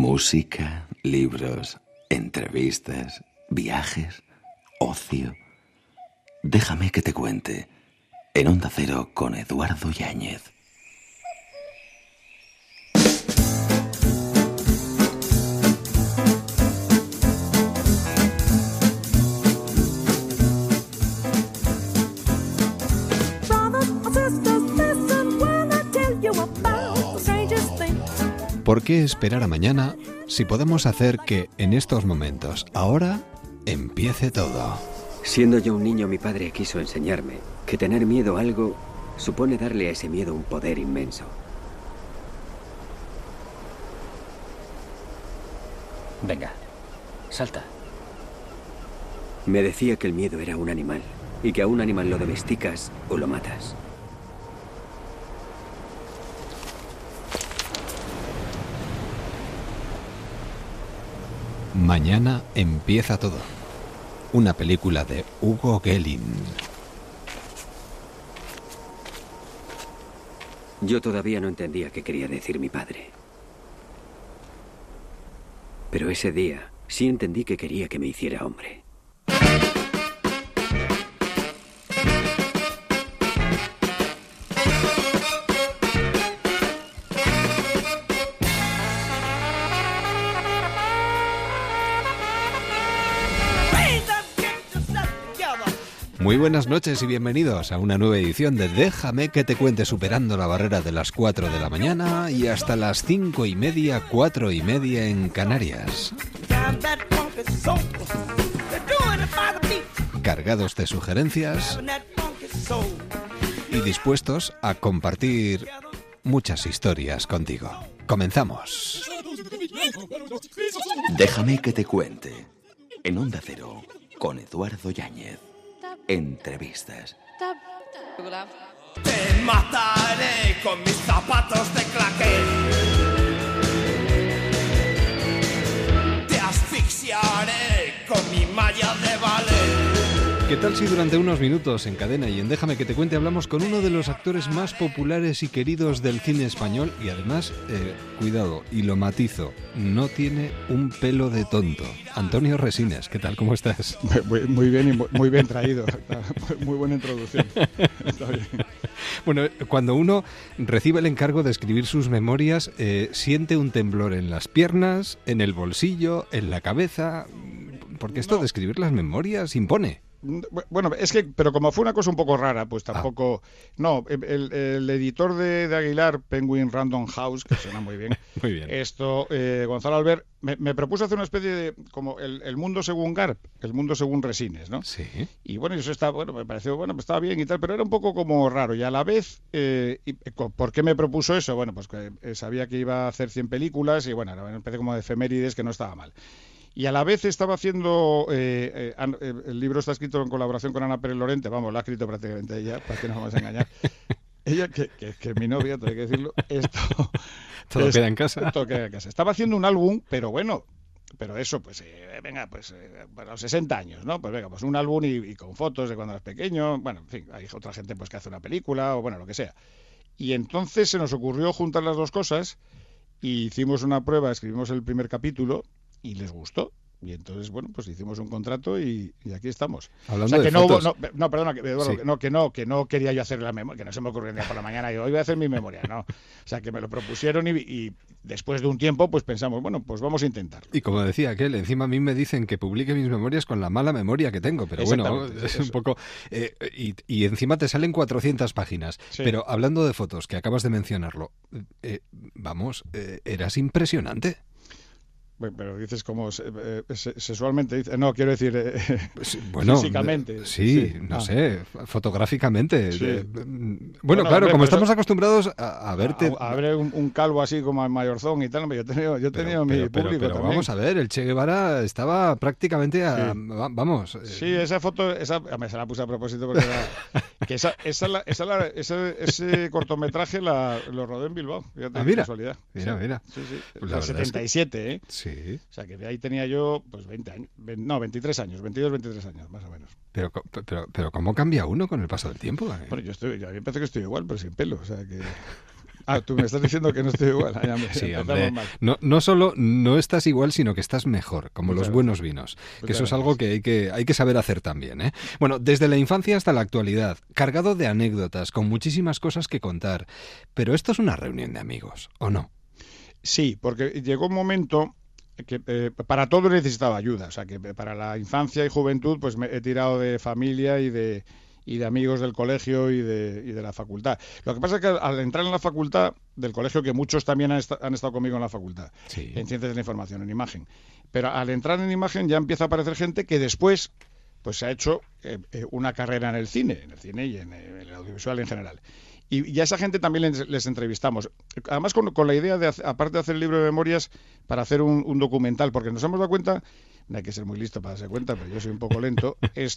Música, libros, entrevistas, viajes, ocio. Déjame que te cuente. En Onda Cero con Eduardo Yáñez. ¿Por qué esperar a mañana si podemos hacer que en estos momentos, ahora, empiece todo? Siendo yo un niño, mi padre quiso enseñarme que tener miedo a algo supone darle a ese miedo un poder inmenso. Venga, salta. Me decía que el miedo era un animal y que a un animal lo domesticas o lo matas. Mañana empieza todo. Una película de Hugo Gelling. Yo todavía no entendía qué quería decir mi padre. Pero ese día sí entendí que quería que me hiciera hombre. Muy buenas noches y bienvenidos a una nueva edición de Déjame que te cuente, superando la barrera de las 4 de la mañana y hasta las 5:30, 4:30 en Canarias. Cargados de sugerencias y dispuestos a compartir muchas historias contigo. Comenzamos. Déjame que te cuente. En Onda Cero con Eduardo Yáñez. Entrevistas. Te mataré con mis zapatos de claqué. Te asfixiaré con mi malla de ballet. ¿Qué tal si durante unos minutos en cadena y en Déjame que te cuente hablamos con uno de los actores más populares y queridos del cine español y además, cuidado, y lo matizo, no tiene un pelo de tonto? Antonio Resines, ¿qué tal? ¿Cómo estás? Muy bien y muy bien traído. Muy buena introducción. Está bien. Bueno, cuando uno recibe el encargo de escribir sus memorias, siente un temblor en las piernas, en el bolsillo, en la cabeza, porque esto de escribir las memorias impone. Bueno, es que, pero como fue una cosa un poco rara, pues tampoco... No, el editor de Aguilar, Penguin Random House, que suena muy bien, Muy bien. Gonzalo Albert, me propuso hacer una especie de, como el mundo según Garp, el mundo según Resines, ¿no? Sí. Y bueno, eso está, bueno, me pareció, bueno, pues estaba bien y tal, pero era un poco como raro. Y a la vez, ¿por qué me propuso eso? Bueno, pues que sabía que iba a hacer 100 películas y bueno, era una especie como de efemérides que no estaba mal. Y a la vez estaba haciendo, el libro está escrito en colaboración con Ana Pérez Lorente, vamos, lo ha escrito prácticamente ella, para que no nos vamos a engañar. Ella, que es mi novia, tengo que decirlo, Todo queda en casa. Todo queda en casa. Estaba haciendo un álbum, pero bueno, pero eso, pues, venga, pues, para los 60 años, ¿no? Pues venga, pues un álbum y con fotos de cuando eras pequeño, bueno, en fin, hay otra gente pues que hace una película o bueno, lo que sea. Y entonces se nos ocurrió juntar las dos cosas y hicimos una prueba, escribimos el primer capítulo y les gustó. Y entonces, bueno, pues hicimos un contrato y aquí estamos. Hablando o sea, que de fotos. no, perdona, Eduardo, Sí. que no quería yo hacer la memoria, que no se me ocurrió un día por la mañana y hoy voy a hacer mi memoria, no. O sea, que me lo propusieron y después de un tiempo, pues pensamos, bueno, pues vamos a intentarlo. Y como decía aquel, encima a mí me dicen que publique mis memorias con la mala memoria que tengo, pero bueno, es un poco... y encima te salen 400 páginas. Sí. Pero hablando de fotos, que acabas de mencionarlo, eras impresionante. Pero dices como sexualmente, no, quiero decir bueno, físicamente. Sí, no sé, fotográficamente. Sí. Bueno, claro, hombre, como pues estamos acostumbrados a verte... A ver un calvo así como Mayorzón y tal, yo he tenido mi público pero también. vamos a ver, el Che Guevara estaba prácticamente a... Sí. Vamos. Sí, esa foto, me se la puse a propósito porque era... Que ese cortometraje lo rodé en Bilbao. Fíjate, Mira, casualidad. mira. Sí. Pues la El verdad 77, es que... Sí. O sea, que de ahí tenía yo, pues 20 años. No, 23 años, 22, 23 años, más o menos. Pero ¿cómo cambia uno con el paso del tiempo? Bueno, yo me parece que estoy igual, pero sin pelo. O sea, que Tú me estás diciendo que no estoy igual. Sí, hombre, no solo no estás igual, sino que estás mejor, como los buenos vinos. Que eso es algo que hay que saber hacer también, ¿eh? Bueno, desde la infancia hasta la actualidad, cargado de anécdotas, con muchísimas cosas que contar. Pero esto es una reunión de amigos, ¿o no? Sí, porque llegó un momento que para todo necesitaba ayuda. O sea, que para la infancia y juventud pues me he tirado de familia y de amigos del colegio y de la facultad. Lo que pasa es que al entrar en la facultad del colegio, que muchos también han estado conmigo en la facultad, sí, en Ciencias de la Información, en Imagen, pero al entrar en Imagen ya empieza a aparecer gente que después pues se ha hecho una carrera en el cine y en el audiovisual en general. Y a esa gente también les entrevistamos. Además con la idea de, aparte de hacer el libro de memorias, para hacer un documental, porque nos hemos dado cuenta, no hay que ser muy listo para darse cuenta, pero yo soy un poco lento,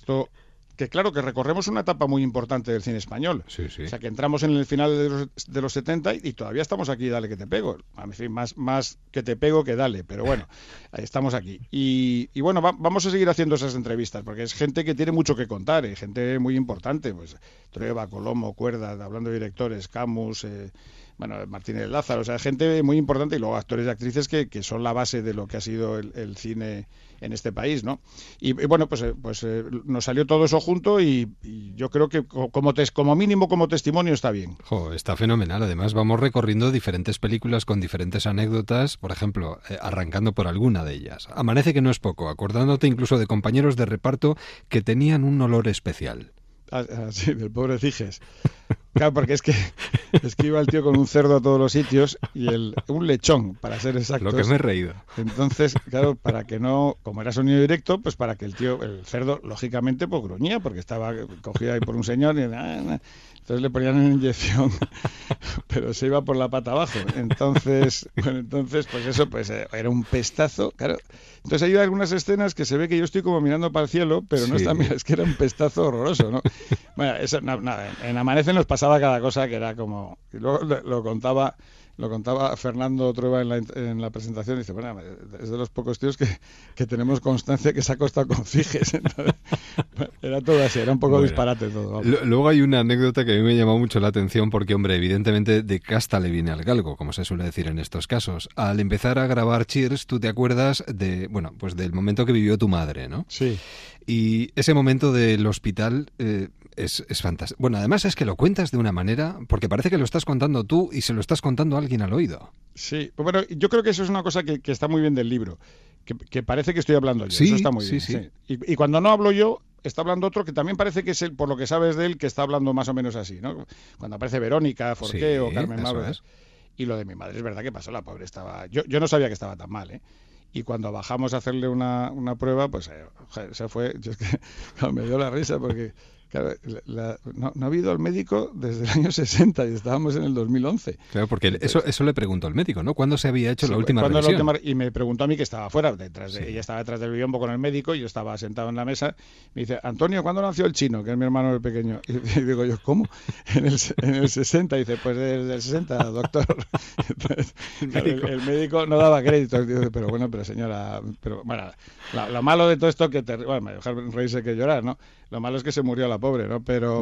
que claro, que recorremos una etapa muy importante del cine español. Sí, sí. O sea, que entramos en el final de los 70 y todavía estamos aquí, dale que te pego. En fin, más que te pego que dale, pero bueno, ahí estamos aquí. Y bueno, vamos a seguir haciendo esas entrevistas, porque es gente que tiene mucho que contar, gente muy importante, pues Trueba, Colomo, Cuerda, hablando de directores, Camus, Martínez Lázaro, o sea, gente muy importante, y luego actores y actrices que son la base de lo que ha sido el cine en este país, ¿no? Y bueno, pues nos salió todo eso junto y yo creo que como mínimo como testimonio está bien. Está fenomenal. Además vamos recorriendo diferentes películas con diferentes anécdotas, por ejemplo, arrancando por alguna de ellas. Amanece que no es poco, acordándote incluso de compañeros de reparto que tenían un olor especial. Sí, del pobre Ciges. Claro, porque es que iba el tío con un cerdo a todos los sitios y un lechón, para ser exactos. Lo que me he reído. Entonces, claro, para que no, como era sonido directo, pues para que el cerdo, lógicamente, pues gruñía, porque estaba cogido ahí por un señor y entonces le ponían una inyección, pero se iba por la pata abajo. Entonces, pues eso, pues era un pestazo, claro. Entonces hay algunas escenas que se ve que yo estoy como mirando para el cielo, pero no es que era un pestazo horroroso, ¿no? Bueno, eso nada, en Amanece nos pasaba cada cosa que era como... Y luego lo contaba Fernando Trueba en la presentación, y dice, bueno, es de los pocos tíos que tenemos constancia que se ha acostado con Ciges. Entonces, era todo así, era un poco disparate todo. Luego hay una anécdota que a mí me llamó mucho la atención porque, hombre, evidentemente de casta le viene al galgo, como se suele decir en estos casos. Al empezar a grabar Cheers, tú te acuerdas del momento que vivió tu madre, ¿no? Sí. Y ese momento del hospital es fantástico. Bueno, además es que lo cuentas de una manera, porque parece que lo estás contando tú y se lo estás contando a alguien al oído. Sí, pues bueno, yo creo que eso es una cosa que está muy bien del libro, que parece que estoy hablando yo, sí, eso está muy bien. Sí. Y cuando no hablo yo, está hablando otro que también parece que es él, por lo que sabes de él, que está hablando más o menos así, ¿no? Cuando aparece Verónica, Forqué o Carmen Mauro. Y lo de mi madre es verdad que pasó, la pobre estaba... Yo no sabía que estaba tan mal, ¿eh? Y cuando bajamos a hacerle una prueba, pues se fue... Yo es que me dio la risa porque... Claro, no ha habido al médico desde el año 60 y estábamos en el 2011. Claro, porque eso le preguntó al médico, ¿no? ¿Cuándo se había hecho la última revisión? Y me preguntó a mí, que estaba afuera, ella estaba detrás del biombo con el médico y yo estaba sentado en la mesa. Me dice, Antonio, ¿cuándo nació el chino? Que es mi hermano el pequeño. Y digo yo, ¿cómo? En el 60. Y dice, pues desde el 60, doctor. Entonces, el médico no daba crédito. Dice, pero señora, lo malo de todo esto que me dejar reírse que llorar, ¿no? Lo malo es que se murió la pobre, ¿no? Pero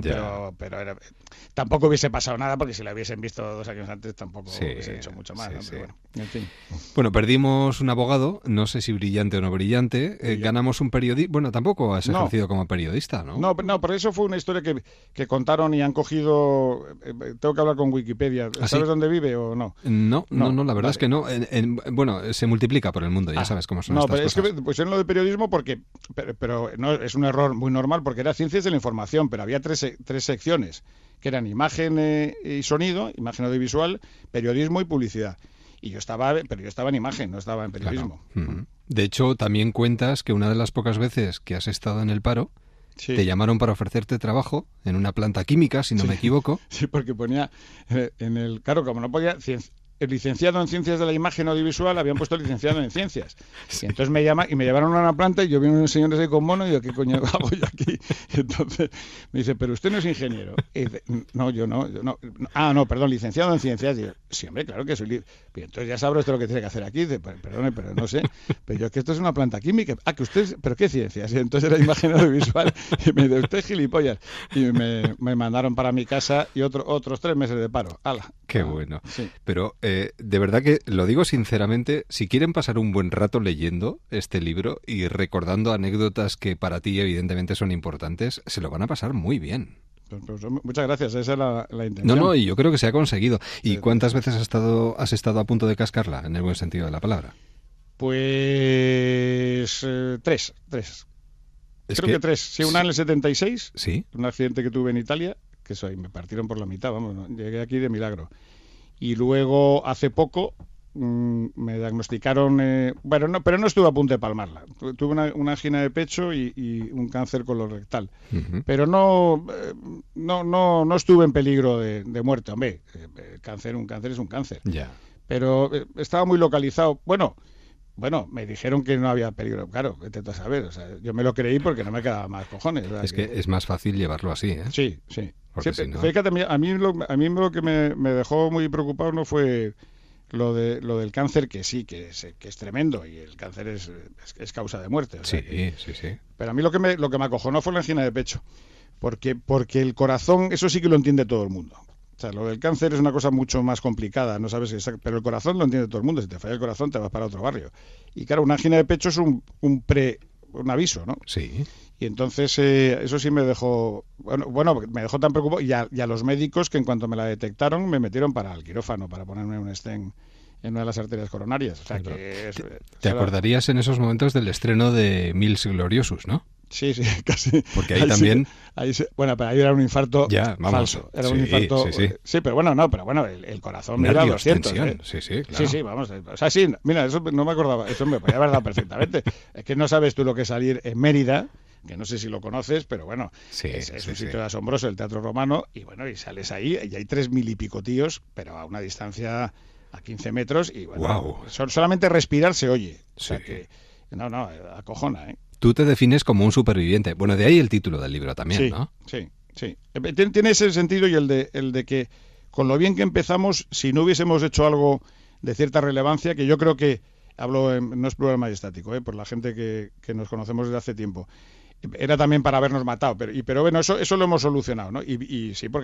tampoco hubiese pasado nada, porque si la hubiesen visto 2 años antes tampoco hubiese hecho mucho más, ¿no? Pero bueno, en fin. Bueno, perdimos un abogado, no sé si brillante o no brillante, ganamos un periodista, bueno, tampoco has ejercido como periodista, ¿no? No, pero eso fue una historia que contaron y han cogido, tengo que hablar con Wikipedia, ¿sabes dónde vive o no? No, la verdad es que no, bueno, se multiplica por el mundo, ya sabes cómo son estas cosas. No, pero es que pues en lo de periodismo, pero no, es un error muy normal, porque era Ciencias de la Información, pero había tres secciones, que eran imagen y sonido, imagen audiovisual, periodismo y publicidad. Y yo estaba en imagen, no estaba en periodismo. Claro. De hecho, también cuentas que una de las pocas veces que has estado en el paro, te llamaron para ofrecerte trabajo en una planta química, si no me equivoco. Sí, porque ponía claro, como no podía... el licenciado en Ciencias de la Imagen Audiovisual, habían puesto licenciado en Ciencias. Y entonces me llama y me llevaron a una planta y yo vi unos señores ahí con mono y yo, ¿qué coño hago yo aquí? Y entonces me dice, pero usted no es ingeniero. Y dice, no, yo no. Ah, no, perdón, licenciado en Ciencias. Y yo, sí, hombre, claro que soy. Y entonces ya sabrá usted lo que tiene que hacer aquí. Dice, perdone, pero no sé. Pero yo, que esto es una planta química. Ah, que usted, ¿pero qué ciencias? Y entonces era imagen audiovisual. Y me dice, usted es gilipollas. Y me mandaron para mi casa y otros 3 meses de paro. ¡Hala! Qué bueno. Sí. Pero de verdad que lo digo sinceramente, si quieren pasar un buen rato leyendo este libro y recordando anécdotas que para ti evidentemente son importantes, se lo van a pasar muy bien. Pues, muchas gracias, esa es la intención. No, y yo creo que se ha conseguido. ¿Y cuántas veces has estado a punto de cascarla, en el buen sentido de la palabra? Pues 3. Creo que 3. Sí, una en el 76, ¿sí? Un accidente que tuve en Italia, que eso ahí me partieron por la mitad, vamos, ¿no? Llegué aquí de milagro. Y luego, hace poco, me diagnosticaron, pero no estuve a punto de palmarla. Tuve una angina de pecho y un cáncer colorectal. Uh-huh. Pero no estuve en peligro de muerte. Hombre, un cáncer es un cáncer. Ya. Pero estaba muy localizado. Bueno, me dijeron que no había peligro. Claro, vete tú a saber. O sea, yo me lo creí porque no me quedaba más cojones. Es que es más fácil llevarlo así, ¿eh? Sí. Porque Sí, si no... Fíjate, a mí lo que me dejó muy preocupado no fue lo del cáncer, que sí, que es tremendo, y el cáncer es causa de muerte. O sea, sí. Pero a mí lo que me acojonó fue la angina de pecho. Porque el corazón, eso sí que lo entiende todo el mundo. O sea, lo del cáncer es una cosa mucho más complicada, no sabes exacto, pero el corazón lo entiende todo el mundo. Si te falla el corazón, te vas para otro barrio. Y claro, una angina de pecho es un aviso, ¿no? Sí. Y entonces eso sí me dejó, me dejó tan preocupado, y a los médicos, que en cuanto me la detectaron me metieron para el quirófano, para ponerme un stent en una de las arterias coronarias. O sea, claro. que ¿Te acordarías en esos momentos del estreno de Mils Gloriosus, no? Sí, casi. Porque ahí también... Pero ahí era un infarto falso. Era un infarto... Sí, pero bueno, el corazón me era 200. Sí, claro. Sí, vamos. O sea, sí, mira, eso no me acordaba. Eso me podía haber dado perfectamente. Es que no sabes tú lo que es salir en Mérida, que no sé si lo conoces, pero bueno, es un sitio asombroso, el Teatro Romano, y bueno, y sales ahí, y hay 3.000 y pico tíos, pero a una distancia a 15 metros, y bueno, wow. Solamente respirar se oye. O Sí. sea que, acojona, ¿eh? Tú te defines como un superviviente. Bueno, de ahí el título del libro también, ¿no? Sí. Tiene ese sentido, y el de que con lo bien que empezamos, si no hubiésemos hecho algo de cierta relevancia, que yo creo que, no es plural majestático, por la gente que nos conocemos desde hace tiempo, era también para habernos matado, pero bueno, eso lo hemos solucionado, ¿no? Y sí,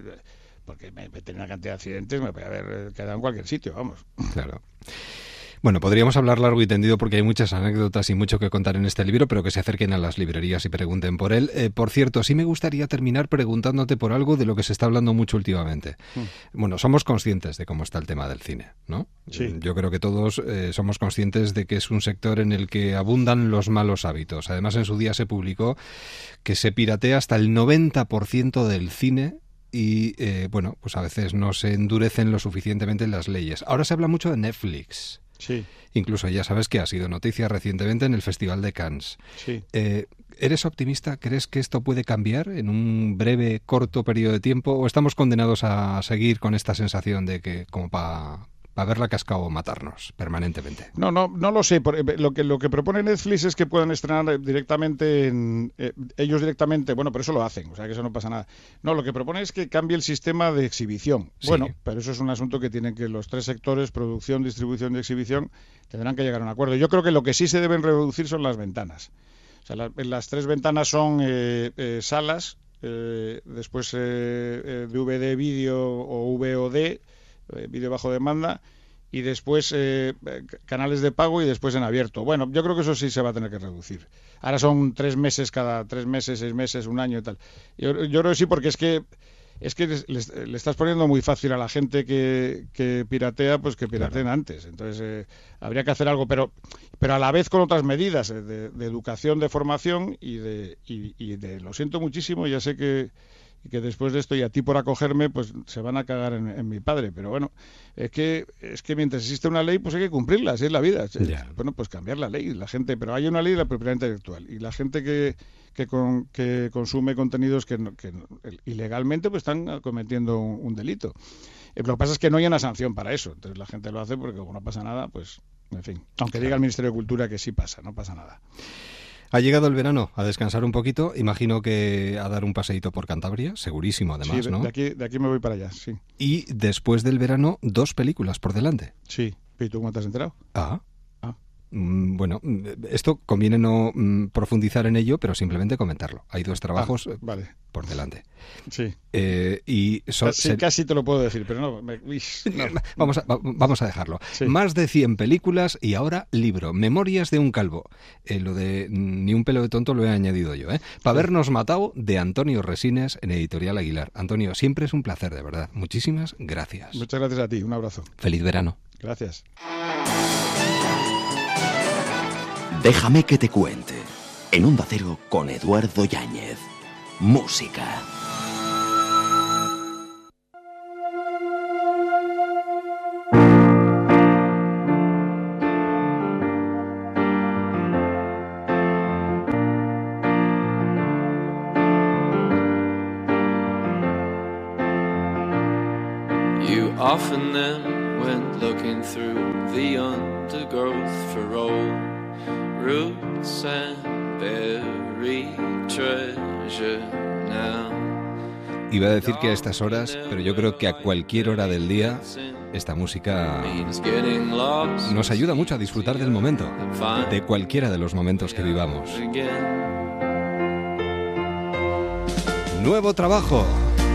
porque me tenía una cantidad de accidentes, me podía haber quedado en cualquier sitio, vamos. Claro. Bueno, podríamos hablar largo y tendido porque hay muchas anécdotas y mucho que contar en este libro, pero que se acerquen a las librerías y pregunten por él. Por cierto, sí me gustaría terminar preguntándote por algo de lo que se está hablando mucho últimamente. Bueno, somos conscientes de cómo está el tema del cine, ¿no? Sí. Yo creo que todos somos conscientes de que es un sector en el que abundan los malos hábitos. Además, en su día se publicó que se piratea hasta el 90% del cine. Y, pues a veces no se endurecen lo suficientemente las leyes. Ahora se habla mucho de Netflix. Sí. Incluso ya sabes que ha sido noticia recientemente en el Festival de Cannes. Sí. ¿Eres optimista? ¿Crees que esto puede cambiar en un breve, corto periodo de tiempo? ¿O estamos condenados a seguir con esta sensación de que, como para haberla cascado o matarnos permanentemente? No lo sé. Lo que propone Netflix es que puedan estrenar directamente ellos directamente, bueno, pero eso lo hacen, o sea que eso no pasa nada. No, lo que propone es que cambie el sistema de exhibición. Sí. Bueno, pero eso es un asunto que tienen que los 3 sectores, producción, distribución y exhibición, tendrán que llegar a un acuerdo. Yo creo que lo que sí se deben reducir son las ventanas. O sea, las 3 ventanas son salas, después DVD, vídeo o VOD, vídeo bajo demanda, y después canales de pago, y después en abierto. Bueno, yo creo que eso sí se va a tener que reducir. Ahora son 3 meses cada 3 meses, 6 meses, un año y tal. Yo creo que sí, porque es que le estás poniendo muy fácil a la gente que piratea, pues que pirateen claro. antes. Entonces habría que hacer algo, pero a la vez con otras medidas de educación, de formación y de lo siento muchísimo, ya sé que después de esto, y a ti por acogerme, pues se van a cagar en mi padre, pero bueno, es que mientras existe una ley, pues hay que cumplirla, así es la vida. Ya. Bueno, pues cambiar la ley, la gente, pero hay una ley de la propiedad intelectual, y la gente que consume contenidos que ilegalmente, pues están cometiendo un delito. Lo que pasa es que no hay una sanción para eso, entonces la gente lo hace porque como no pasa nada, pues, en fin. Aunque diga el Ministerio de Cultura que sí pasa, no pasa nada. Ha llegado el verano, a descansar un poquito, imagino que a dar un paseíto por Cantabria, segurísimo además, sí, ¿no? de aquí me voy para allá, sí. Y después del verano, 2 películas por delante. Sí, ¿y tú cómo te has enterado? Bueno, esto conviene no profundizar en ello, pero simplemente comentarlo. Hay 2 trabajos vale. por delante. Sí. Casi te lo puedo decir, pero no. Vamos a dejarlo. Sí. Más de 100 películas y ahora libro. Memorias de un calvo. Lo de ni un pelo de tonto lo he añadido yo. Para habernos matado, de Antonio Resines en Editorial Aguilar. Antonio, siempre es un placer, de verdad. Muchísimas gracias. Muchas gracias a ti. Un abrazo. Feliz verano. Gracias. Déjame que te cuente. En Onda Cero con Eduardo Yáñez. Música. You often then went looking through the undergrowth for old roots and buried treasure now. Iba a decir que a estas horas, pero yo creo que a cualquier hora del día esta música nos ayuda mucho a disfrutar del momento, de cualquiera de los momentos que vivamos. Nuevo trabajo.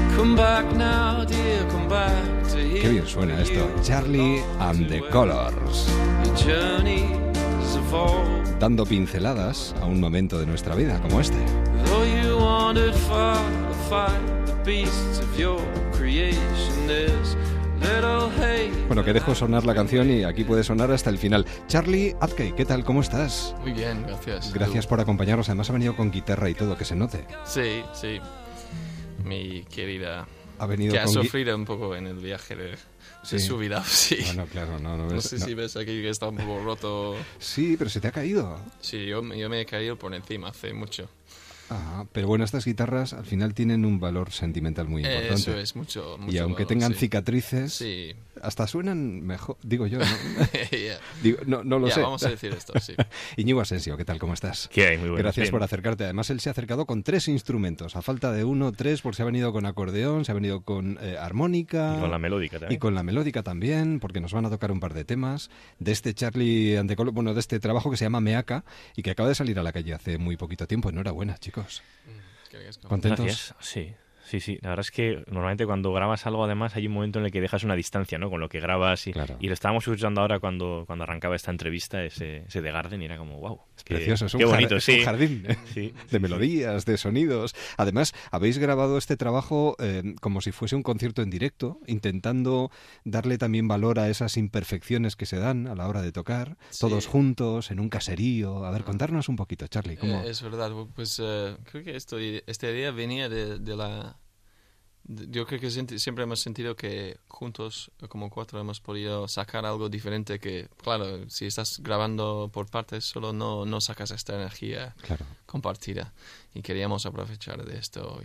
Qué bien suena esto. Charlie and the Colors. Dando pinceladas a un momento de nuestra vida como este. Bueno, que dejo sonar la canción y aquí puede sonar hasta el final. Charlie Atkey, ¿qué tal? ¿Cómo estás? Muy bien, gracias. Gracias por acompañarnos. Además ha venido con guitarra y todo, que se note. Sí, sí. Mi querida... Ha venido que ha con sufrido un poco en el viaje de su vida, sí. Bueno, claro, no sé si ves aquí que está un poco roto. Sí, pero se te ha caído. Sí, yo me he caído por encima hace mucho. Pero bueno, estas guitarras al final tienen un valor sentimental muy importante. Eso es, mucho y aunque valor, tengan sí. cicatrices, sí. Hasta suenan mejor, digo yo, ¿no? Yeah. Digo, no lo sé. Vamos a decir esto, sí. Íñigo Asensio, ¿qué tal? ¿Cómo estás? ¿Qué hay? Muy bueno. Gracias bien. por acercarte. Además, él se ha acercado con 3 instrumentos. A falta de 1, 3, porque se ha venido con acordeón, se ha venido con armónica. Y con la melódica también. Y con la melódica también, porque nos van a tocar un par de temas de este Charlie and the Colors, bueno, de este trabajo que se llama Meaca y que acaba de salir a la calle hace muy poquito tiempo. Enhorabuena, chicos. ¿Contentos? Gracias. Sí. La verdad es que normalmente cuando grabas algo, además, hay un momento en el que dejas una distancia, ¿no? Con lo que grabas. Claro. Y lo estábamos escuchando ahora cuando arrancaba esta entrevista, ese The Garden, y era como, wow. Es precioso, es qué bonito, es un jardín de melodías, de sonidos. Además, habéis grabado este trabajo como si fuese un concierto en directo, intentando darle también valor a esas imperfecciones que se dan a la hora de tocar, todos juntos, en un caserío. A ver, contarnos un poquito, Charlie. ¿Cómo? Es verdad, pues creo que esta idea venía de la... Yo creo que siempre hemos sentido que juntos, como 4, hemos podido sacar algo diferente que, claro, si estás grabando por partes, solo no sacas esta energía compartida. Y queríamos aprovechar de esto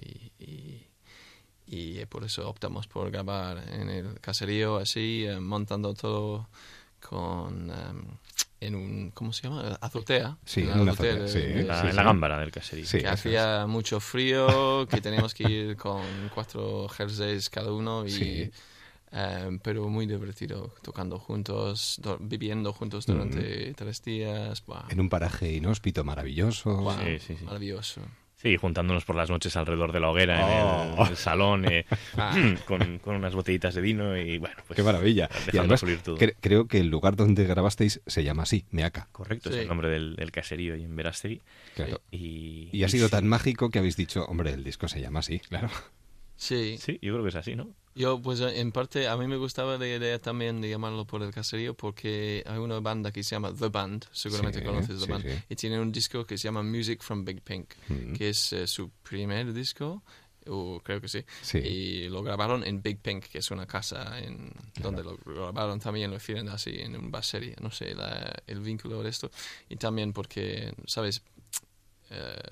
y por eso optamos por grabar en el caserío así, montando todo con... en un, ¿cómo se llama? Azotea. Sí, en una azotea, en la gámbara del caserío. Sí, que hacía mucho frío, que teníamos que ir con 4 jerseys cada uno, pero muy divertido, tocando juntos, viviendo juntos durante 3 días. Wow. En un paraje inhóspito maravilloso. Wow, maravilloso. Sí, juntándonos por las noches alrededor de la hoguera en el salón con unas botellitas de vino y bueno, pues... ¡Qué maravilla! Y además, fluir todo. Creo que el lugar donde grabasteis se llama así, Meaca. Correcto, es el nombre del caserío ahí en Verástegui. Claro. Y ha sido tan mágico que habéis dicho, hombre, el disco se llama así, claro. Sí, yo creo que es así, ¿no? Yo, pues en parte, a mí me gustaba la idea también de llamarlo por el caserío porque hay una banda que se llama The Band, seguramente conoces The Band, y tiene un disco que se llama Music from Big Pink, que es su primer disco, o creo que sí, y lo grabaron en Big Pink, que es una casa donde lo grabaron también, lo hicieron así en un basería, no sé, el vínculo de esto, y también porque, ¿sabes?,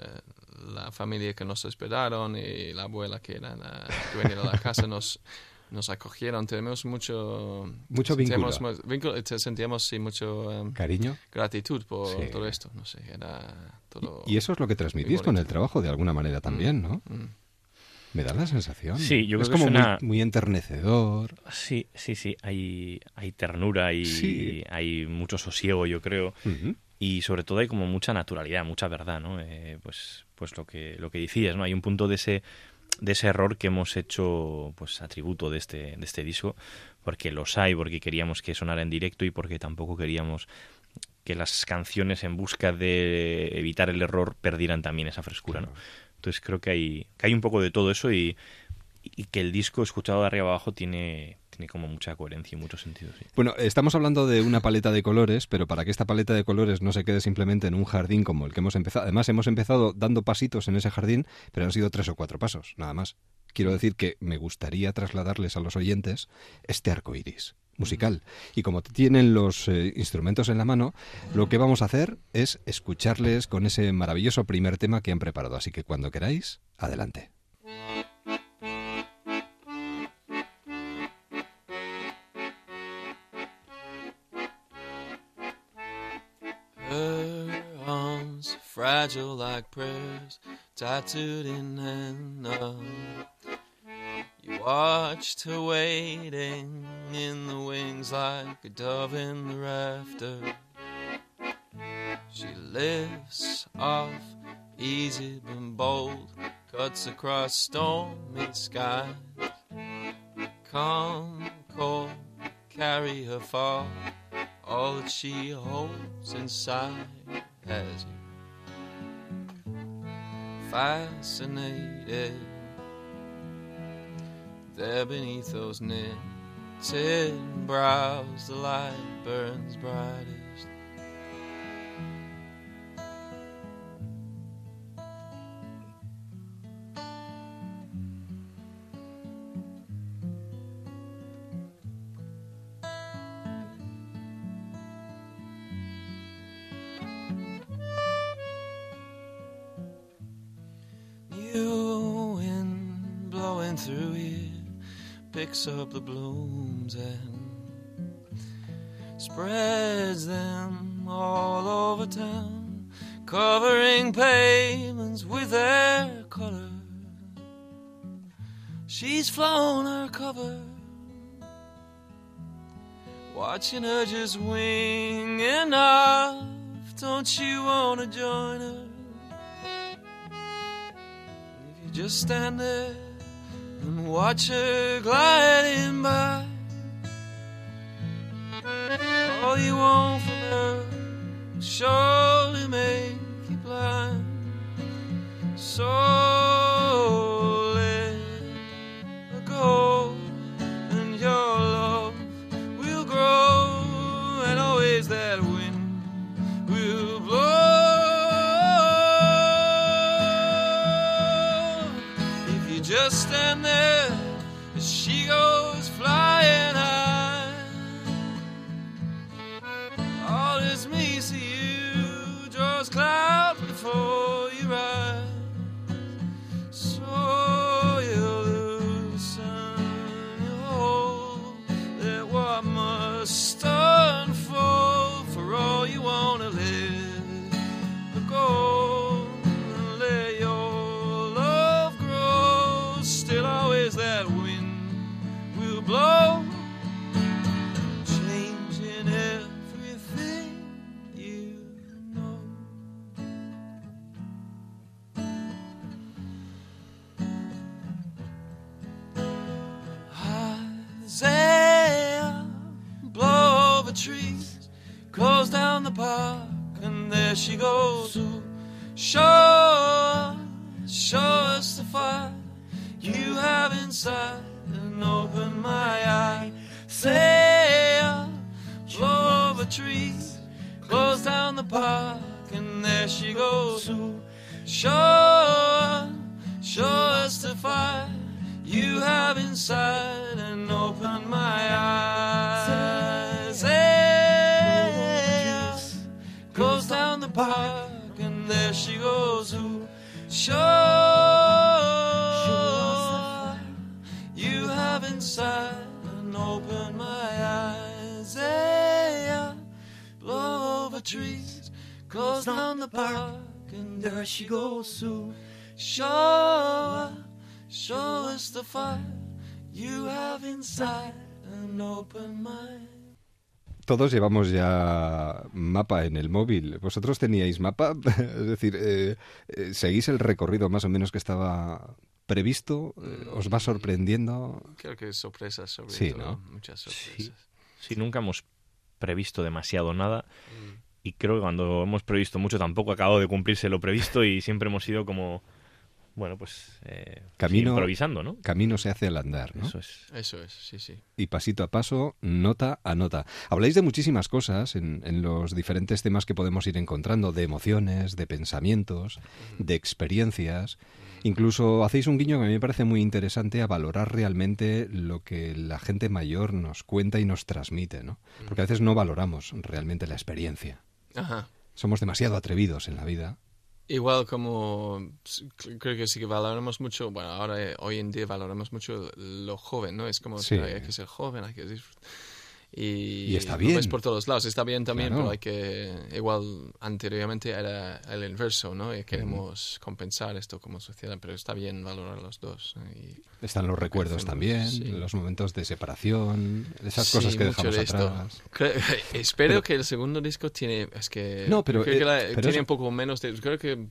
la familia que nos esperaron y la abuela que era la dueña de la casa nos nos acogieron, tenemos mucho vínculo. Sentíamos sí, mucho cariño, gratitud por todo esto, no sé, era todo. Y eso es lo que transmitís con el trabajo de alguna manera también, ¿no? Me da la sensación. Sí, yo creo que es como muy, muy enternecedor. Sí, hay ternura y hay mucho sosiego, yo creo. Uh-huh. Y sobre todo hay como mucha naturalidad, mucha verdad, ¿no? Pues lo que decías, ¿no? Hay un punto de ese error que hemos hecho pues atributo de este disco, porque los hay, porque queríamos que sonara en directo y porque tampoco queríamos que las canciones en busca de evitar el error perdieran también esa frescura, ¿no? Entonces creo que hay un poco de todo eso y que el disco escuchado de arriba abajo tiene como mucha coherencia y mucho sentido. Sí. Bueno, estamos hablando de una paleta de colores, pero para que esta paleta de colores no se quede simplemente en un jardín como el que hemos empezado. Además, hemos empezado dando pasitos en ese jardín, pero han sido 3 o 4 pasos, nada más. Quiero decir que me gustaría trasladarles a los oyentes este arco iris musical. Y como tienen los instrumentos en la mano, lo que vamos a hacer es escucharles con ese maravilloso primer tema que han preparado. Así que cuando queráis, adelante. Fragile like prayers, tattooed in henna. You watched her waiting in the wings like a dove in the rafter. She lifts off, easy but bold, cuts across stormy skies. Calm, cold, carry her far, all that she holds inside has you fascinated. There beneath those knitted brows the light burns brightest. Picks up the blooms and spreads them all over town, covering pavements with their color. She's flown her cover, watching her just winging off. Don't you wanna join her? If you just stand there and watch her gliding by, all you want from her will surely make you blind. So let her go, and your love will grow, and always that wind will blow. If you just stand there as she goes flying high, all this means to you draws clouds before your eyes. So you'll loosen your hold, that what must unfold, for all you want to let go, and let your love grow. Still always that wind will blow, changing everything you know. Isaiah, blow over trees, close down the park, and there she goes to show us the fire you have inside, and open my eye. Say, blow over trees, close down the park, and there she goes to show us the fire you have inside, and open my eyes. Say, close down the park, and there she goes to show you have inside. trees, goes down the park, and there she goes soon. Show us the fire you have inside an open mind. Todos llevamos ya mapa en el móvil. ¿Vosotros teníais mapa? Es decir, ¿seguís el recorrido más o menos que estaba previsto? ¿Os va sorprendiendo? Creo que sorpresas sobre sí, todo, ¿no? Muchas sorpresas. Sí, nunca hemos previsto demasiado nada y creo que cuando hemos previsto mucho tampoco ha acabado de cumplirse lo previsto y siempre hemos ido como, bueno, pues camino, improvisando, ¿no? Camino se hace al andar, ¿no? Eso es, sí, sí. Y pasito a paso, nota a nota. Habláis de muchísimas cosas en los diferentes temas que podemos ir encontrando, de emociones, de pensamientos, de experiencias. Incluso hacéis un guiño que a mí me parece muy interesante a valorar realmente lo que la gente mayor nos cuenta y nos transmite, ¿no? Porque a veces no valoramos realmente la experiencia. Ajá. Somos demasiado atrevidos en la vida. Igual como creo que sí que valoramos mucho, bueno, ahora hoy en día valoramos mucho lo joven, ¿no? Es como sí. Hay que ser joven, hay que disfrutar. Y está bien. Lo ves por todos lados, está bien también, claro. pero hay que, igual anteriormente era el inverso, ¿no? Y queremos compensar esto como sociedad, pero está bien valorar los dos. Están los recuerdos también, sí. Los momentos de separación, esas sí, cosas que dejamos atrás. Espero que el segundo disco tiene, no, pero, pero tiene un poco menos de, creo que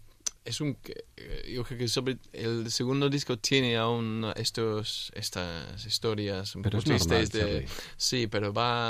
yo creo que sobre el segundo disco tiene aún estas historias un pero poco tristes de sí, pero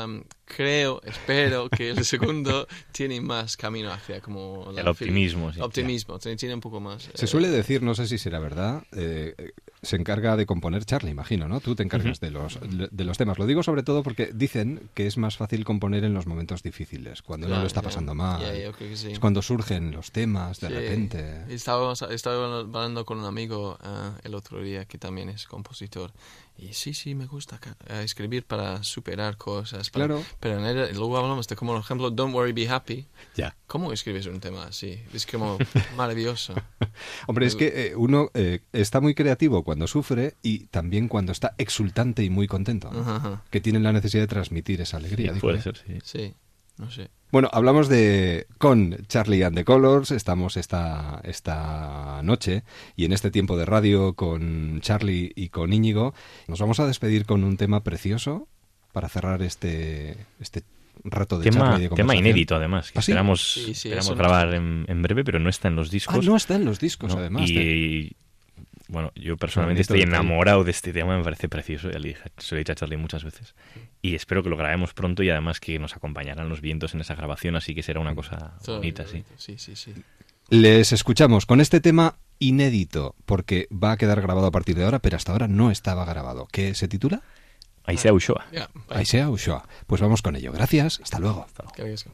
espero que el segundo tiene más camino hacia como el optimismo, sí, optimismo, tiene un poco más. Se suele decir, no sé si será verdad, se encarga de componer Charlie, imagino, ¿no? Tú te encargas de los temas. Lo digo sobre todo porque dicen que es más fácil componer en los momentos difíciles, cuando uno lo está pasando mal. Yo creo que sí. Es cuando surgen los temas de repente. Estaba hablando con un amigo el otro día que también es compositor y sí me gusta escribir para superar cosas. Claro. Pero luego hablamos de como, por ejemplo, Don't Worry, Be Happy. Ya. ¿Cómo escribes un tema así? Es como maravilloso. Hombre, es que uno está muy creativo cuando sufre y también cuando está exultante y muy contento, ¿no? Ajá. Que tiene la necesidad de transmitir esa alegría. Sí, puede ser, sí. Sí, no sé. Bueno, hablamos con Charlie and the Colors, estamos esta noche y en este tiempo de radio con Charlie y con Íñigo. Nos vamos a despedir con un tema precioso para cerrar este rato de charla y de conversación. Tema inédito, además, que ¿Ah, sí? esperamos grabar en breve, pero no está en los discos. Ah, no está en los discos, no, además. Bueno, yo personalmente estoy enamorado de este tema, me parece precioso, ya se lo he dicho a Charlie muchas veces. Y espero que lo grabemos pronto y además que nos acompañarán los vientos en esa grabación, así que será una cosa bonita, sí. Sí. Les escuchamos con este tema inédito, porque va a quedar grabado a partir de ahora, pero hasta ahora no estaba grabado. ¿Qué se titula? Aisea Ushoa. Aisea Ushoa. Pues vamos con ello. Gracias. Hasta luego. Gracias.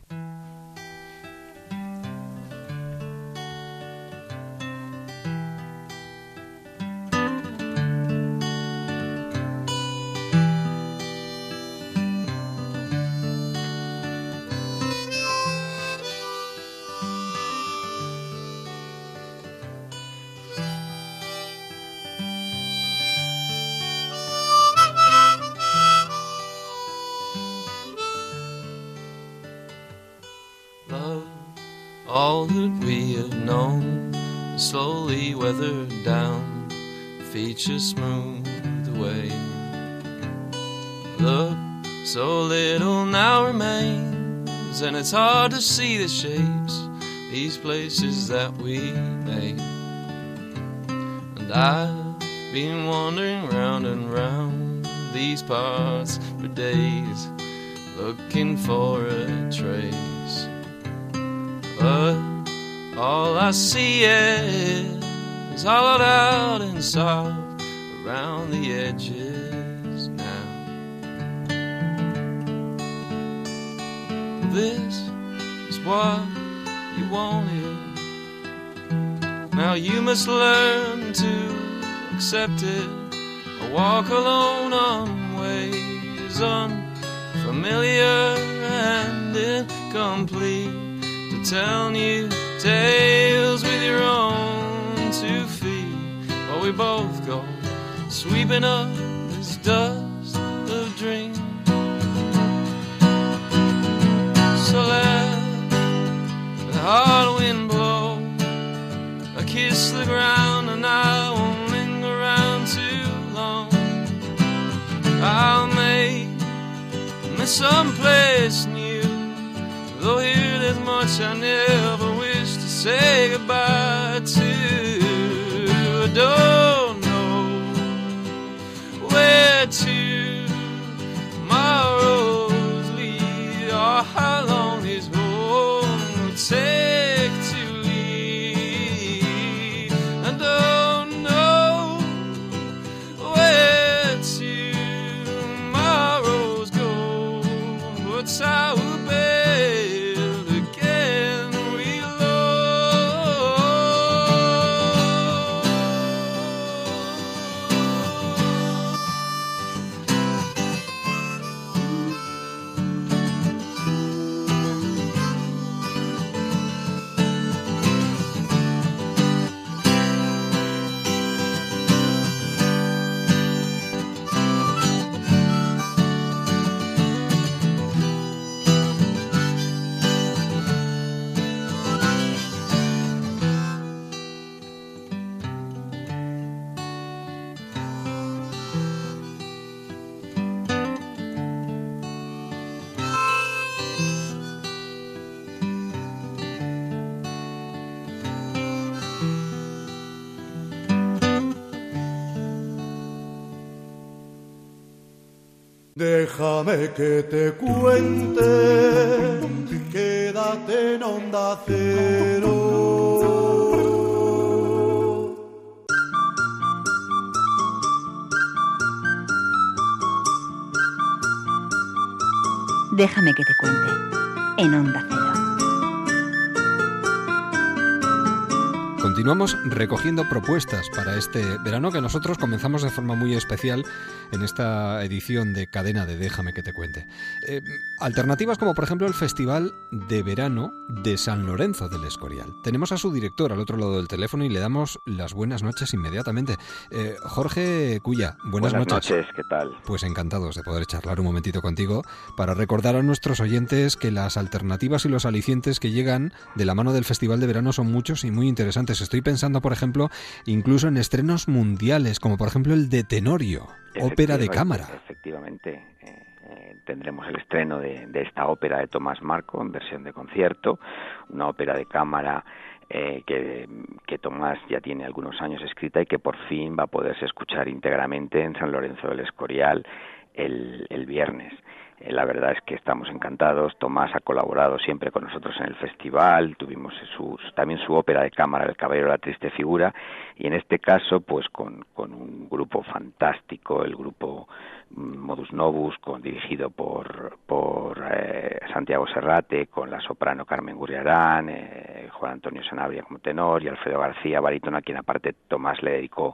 All that we have known slowly weathered down, features smoothed away. Look, so little now remains, and it's hard to see the shapes, these places that we made. And I've been wandering round and round these parts for days, looking for a trace. But all I see is hollowed out and soft around the edges now. This is what you wanted. Now you must learn to accept it. Or walk alone on ways unfamiliar and incomplete. Telling you tales with your own 2 feet, while we both go sweeping up this dust of dreams. So let much I never wish to say goodbye to. I don't know where tomorrow's lead or how long this home will take to leave. I don't know where tomorrow's go, but I will build again Déjame que te cuente, quédate en Onda Cero. Déjame que te cuente, en Onda Cero. Continuamos recogiendo propuestas para este verano que nosotros comenzamos de forma muy especial en esta edición de Cadena de Déjame que te cuente. Alternativas como por ejemplo el Festival de Verano de San Lorenzo del Escorial. Tenemos a su director al otro lado del teléfono y le damos las buenas noches inmediatamente. Jorge Culla, buenas noches. ¿Qué tal? Pues encantados de poder charlar un momentito contigo para recordar a nuestros oyentes que las alternativas y los alicientes que llegan de la mano del Festival de Verano son muchos y muy interesantes. Estoy pensando, por ejemplo, incluso en estrenos mundiales, como por ejemplo el de Tenorio, ópera de cámara. Efectivamente, tendremos el estreno de esta ópera de Tomás Marco en versión de concierto, una ópera de cámara que Tomás ya tiene algunos años escrita y que por fin va a poderse escuchar íntegramente en San Lorenzo del Escorial el viernes. La verdad es que estamos encantados. Tomás ha colaborado siempre con nosotros en el festival. Tuvimos también su ópera de cámara, El Caballero de la Triste Figura, y en este caso pues con un grupo fantástico, el grupo Modus Novus, dirigido por Santiago Serrate, con la soprano Carmen Gurriarán, Juan Antonio Sanabria como tenor y Alfredo García barítono, a quien aparte Tomás le dedicó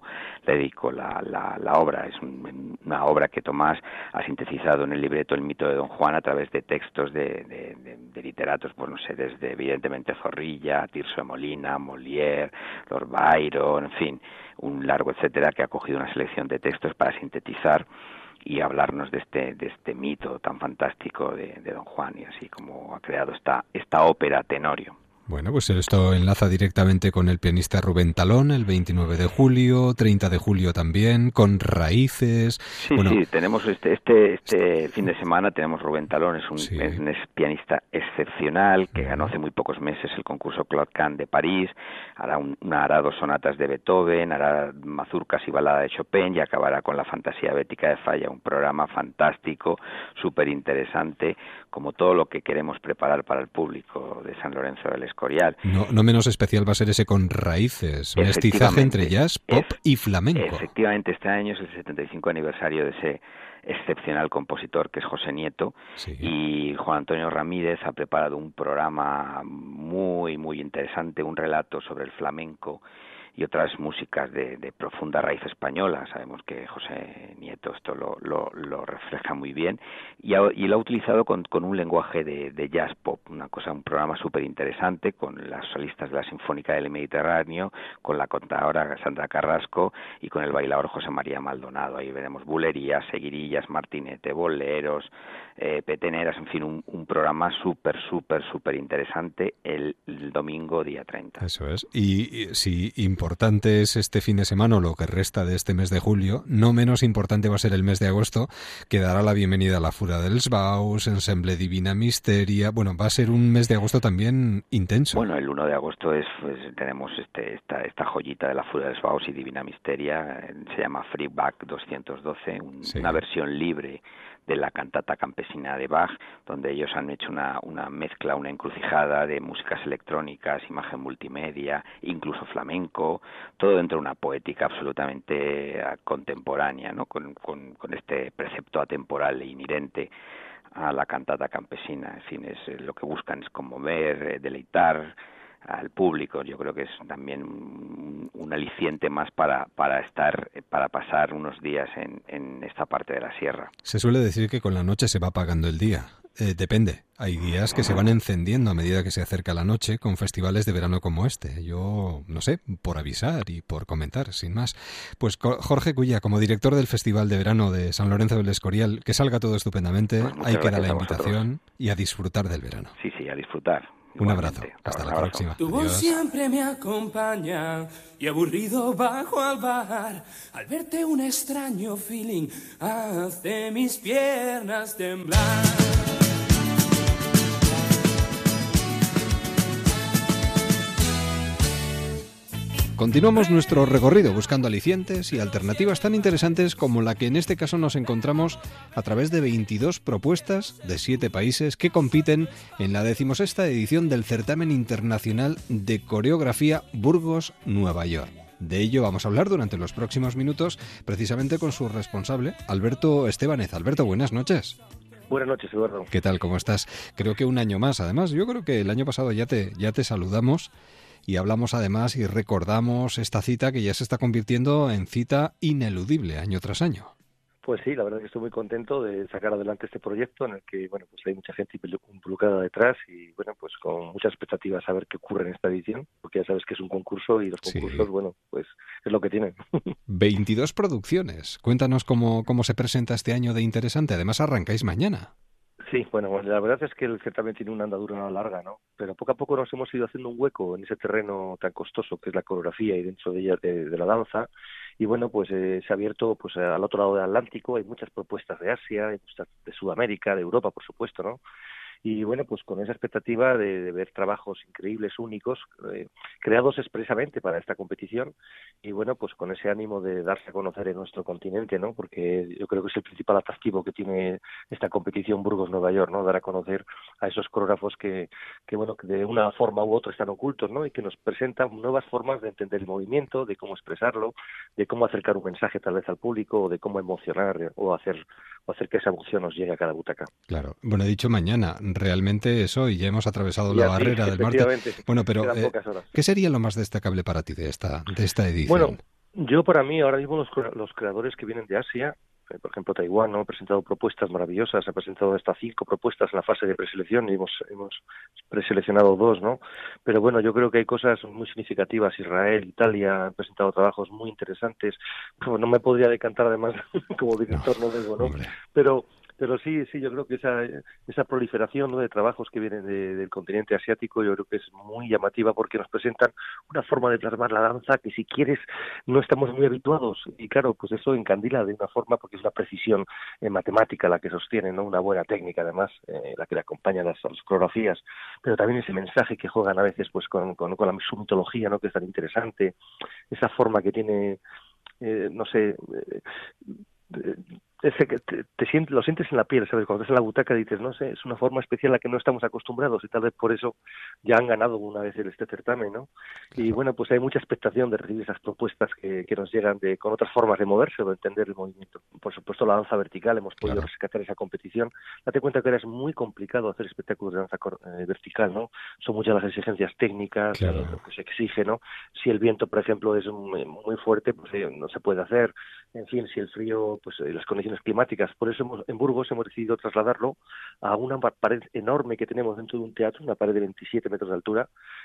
la obra. Es una obra que Tomás ha sintetizado en el libreto El mito de Don Juan a través de textos de literatos, pues no sé, desde evidentemente Zorrilla, Tirso de Molina, Molière, Lord Byron, en fin, un largo etcétera, que ha cogido una selección de textos para sintetizar y hablarnos de este mito tan fantástico de Don Juan, y así como ha creado esta ópera Tenorio. Bueno, pues esto enlaza directamente con el pianista Rubén Talón, el 29 de julio, 30 de julio también, con Raíces. Sí, bueno, sí, tenemos este fin de semana tenemos Rubén Talón, es un pianista excepcional, que ganó hace muy pocos meses el concurso Claude Kahn de París, hará 2 sonatas de Beethoven, hará mazurcas y balada de Chopin y acabará con la Fantasía Bética de Falla, un programa fantástico, súper interesante, como todo lo que queremos preparar para el público de San Lorenzo del Escorial. No menos especial va a ser ese con Raíces, mestizaje entre jazz, pop y flamenco. Efectivamente, este año es el 75 aniversario de ese excepcional compositor que es José Nieto, y Juan Antonio Ramírez ha preparado un programa muy, muy interesante, un relato sobre el flamenco y otras músicas de profunda raíz española. Sabemos que José Nieto esto lo refleja muy bien, y lo ha utilizado con un lenguaje de jazz pop, un programa súper interesante, con las solistas de la Sinfónica del Mediterráneo, con la contadora Sandra Carrasco y con el bailador José María Maldonado. Ahí veremos bulerías, seguirillas, martinete, boleros, peteneras, en fin, un programa súper interesante el domingo día 30. Eso es, y sí, importante importante es este fin de semana o lo que resta de este mes de julio, no menos importante va a ser el mes de agosto, que dará la bienvenida a la Fura dels Baus, Ensemble Divina Misteria. Bueno, va a ser un mes de agosto también intenso. Bueno, el 1 de agosto tenemos esta joyita de la Fura dels Baus y Divina Misteria, se llama Freeback 212, una versión libre de la cantata campesina de Bach, donde ellos han hecho una mezcla, una encrucijada de músicas electrónicas, imagen multimedia, incluso flamenco, todo dentro de una poética absolutamente contemporánea, ¿no? Con este precepto atemporal e inherente a la cantata campesina. En fin, lo que buscan es conmover, deleitar al público. Yo creo que es también un aliciente más para pasar unos días en esta parte de la sierra. Se suele decir que con la noche se va apagando el día. Depende. Hay días que se van encendiendo a medida que se acerca la noche con festivales de verano como este. Yo, no sé, por avisar y por comentar, sin más. Pues Jorge Culla, como director del Festival de Verano de San Lorenzo del Escorial, que salga todo estupendamente. Pues ahí queda la invitación y a disfrutar del verano. Sí, a disfrutar. Un abrazo. Hasta la próxima. Tu voz siempre me acompaña y aburrido bajo al bar. Al verte un extraño feeling hace mis piernas temblar. Continuamos nuestro recorrido buscando alicientes y alternativas tan interesantes como la que en este caso nos encontramos a través de 22 propuestas de 7 países que compiten en la 16ª edición del Certamen Internacional de Coreografía Burgos, Nueva York. De ello vamos a hablar durante los próximos minutos, precisamente con su responsable, Alberto Estebanez. Alberto, buenas noches. Buenas noches, Eduardo. ¿Qué tal? ¿Cómo estás? Creo que un año más, además. Yo creo que el año pasado ya te saludamos y hablamos además y recordamos esta cita que ya se está convirtiendo en cita ineludible año tras año. Pues sí, la verdad es que estoy muy contento de sacar adelante este proyecto en el que, bueno, pues hay mucha gente involucrada detrás y, bueno, pues con muchas expectativas a ver qué ocurre en esta edición, porque ya sabes que es un concurso y los concursos, bueno, pues es lo que tienen. 22 producciones. Cuéntanos cómo se presenta este año de interesante. Además, arrancáis mañana. Sí, bueno, pues la verdad es que el certamen tiene una andadura larga, ¿no? Pero poco a poco nos hemos ido haciendo un hueco en ese terreno tan costoso que es la coreografía y dentro de ella de la danza. Y bueno, pues se ha abierto pues al otro lado del Atlántico, hay muchas propuestas de Asia, hay muchas de Sudamérica, de Europa, por supuesto, ¿no? Y bueno, pues con esa expectativa de ver trabajos increíbles, únicos, creados expresamente para esta competición y bueno, pues con ese ánimo de darse a conocer en nuestro continente, ¿no? Porque yo creo que es el principal atractivo que tiene esta competición Burgos-Nueva York, ¿no? Dar a conocer a esos coreógrafos que bueno, que de una forma u otra están ocultos, ¿no? Y que nos presentan nuevas formas de entender el movimiento, de cómo expresarlo, de cómo acercar un mensaje tal vez al público, o de cómo emocionar o hacer que esa emoción nos llegue a cada butaca. Claro. Bueno, he dicho mañana, realmente es hoy, ya hemos atravesado la barrera del martes. Bueno, pero ¿qué sería lo más destacable para ti de esta edición? Bueno, yo para mí ahora mismo los creadores que vienen de Asia, por ejemplo Taiwán, ¿no? Ha presentado propuestas maravillosas, ha presentado hasta 5 propuestas en la fase de preselección y hemos preseleccionado 2, ¿no? Pero bueno, yo creo que hay cosas muy significativas. Israel, Italia han presentado trabajos muy interesantes. Pues no me podría decantar además como director, no digo, ¿no? Pero sí, yo creo que esa proliferación, ¿no?, de trabajos que vienen del continente asiático, yo creo que es muy llamativa porque nos presentan una forma de plasmar la danza que, si quieres, no estamos muy habituados. Y claro, pues eso encandila de una forma porque es una precisión matemática la que sostiene, ¿no? Una buena técnica, además, la que le acompaña las coreografías, pero también ese mensaje que juegan a veces pues con su mitología, ¿no?, que es tan interesante, esa forma que tiene, no sé... ese que lo sientes en la piel, ¿sabes? Cuando estás en la butaca dices, no sé, es una forma especial a la que no estamos acostumbrados y tal vez por eso ya han ganado una vez este certamen, ¿no? Claro. Y bueno, pues hay mucha expectación de recibir esas propuestas que nos llegan con otras formas de moverse o de entender el movimiento. Por supuesto, la danza vertical, hemos podido rescatar esa competición. Date cuenta que ahora es muy complicado hacer espectáculos de danza vertical, ¿no? Son muchas las exigencias técnicas, lo que se exige, ¿no? Si el viento, por ejemplo, es muy fuerte, pues no se puede hacer. En fin, si el frío, pues las condiciones climáticas. Por eso en Burgos hemos decidido trasladarlo a una pared enorme que tenemos dentro de un teatro, una pared de 27 metros de altura,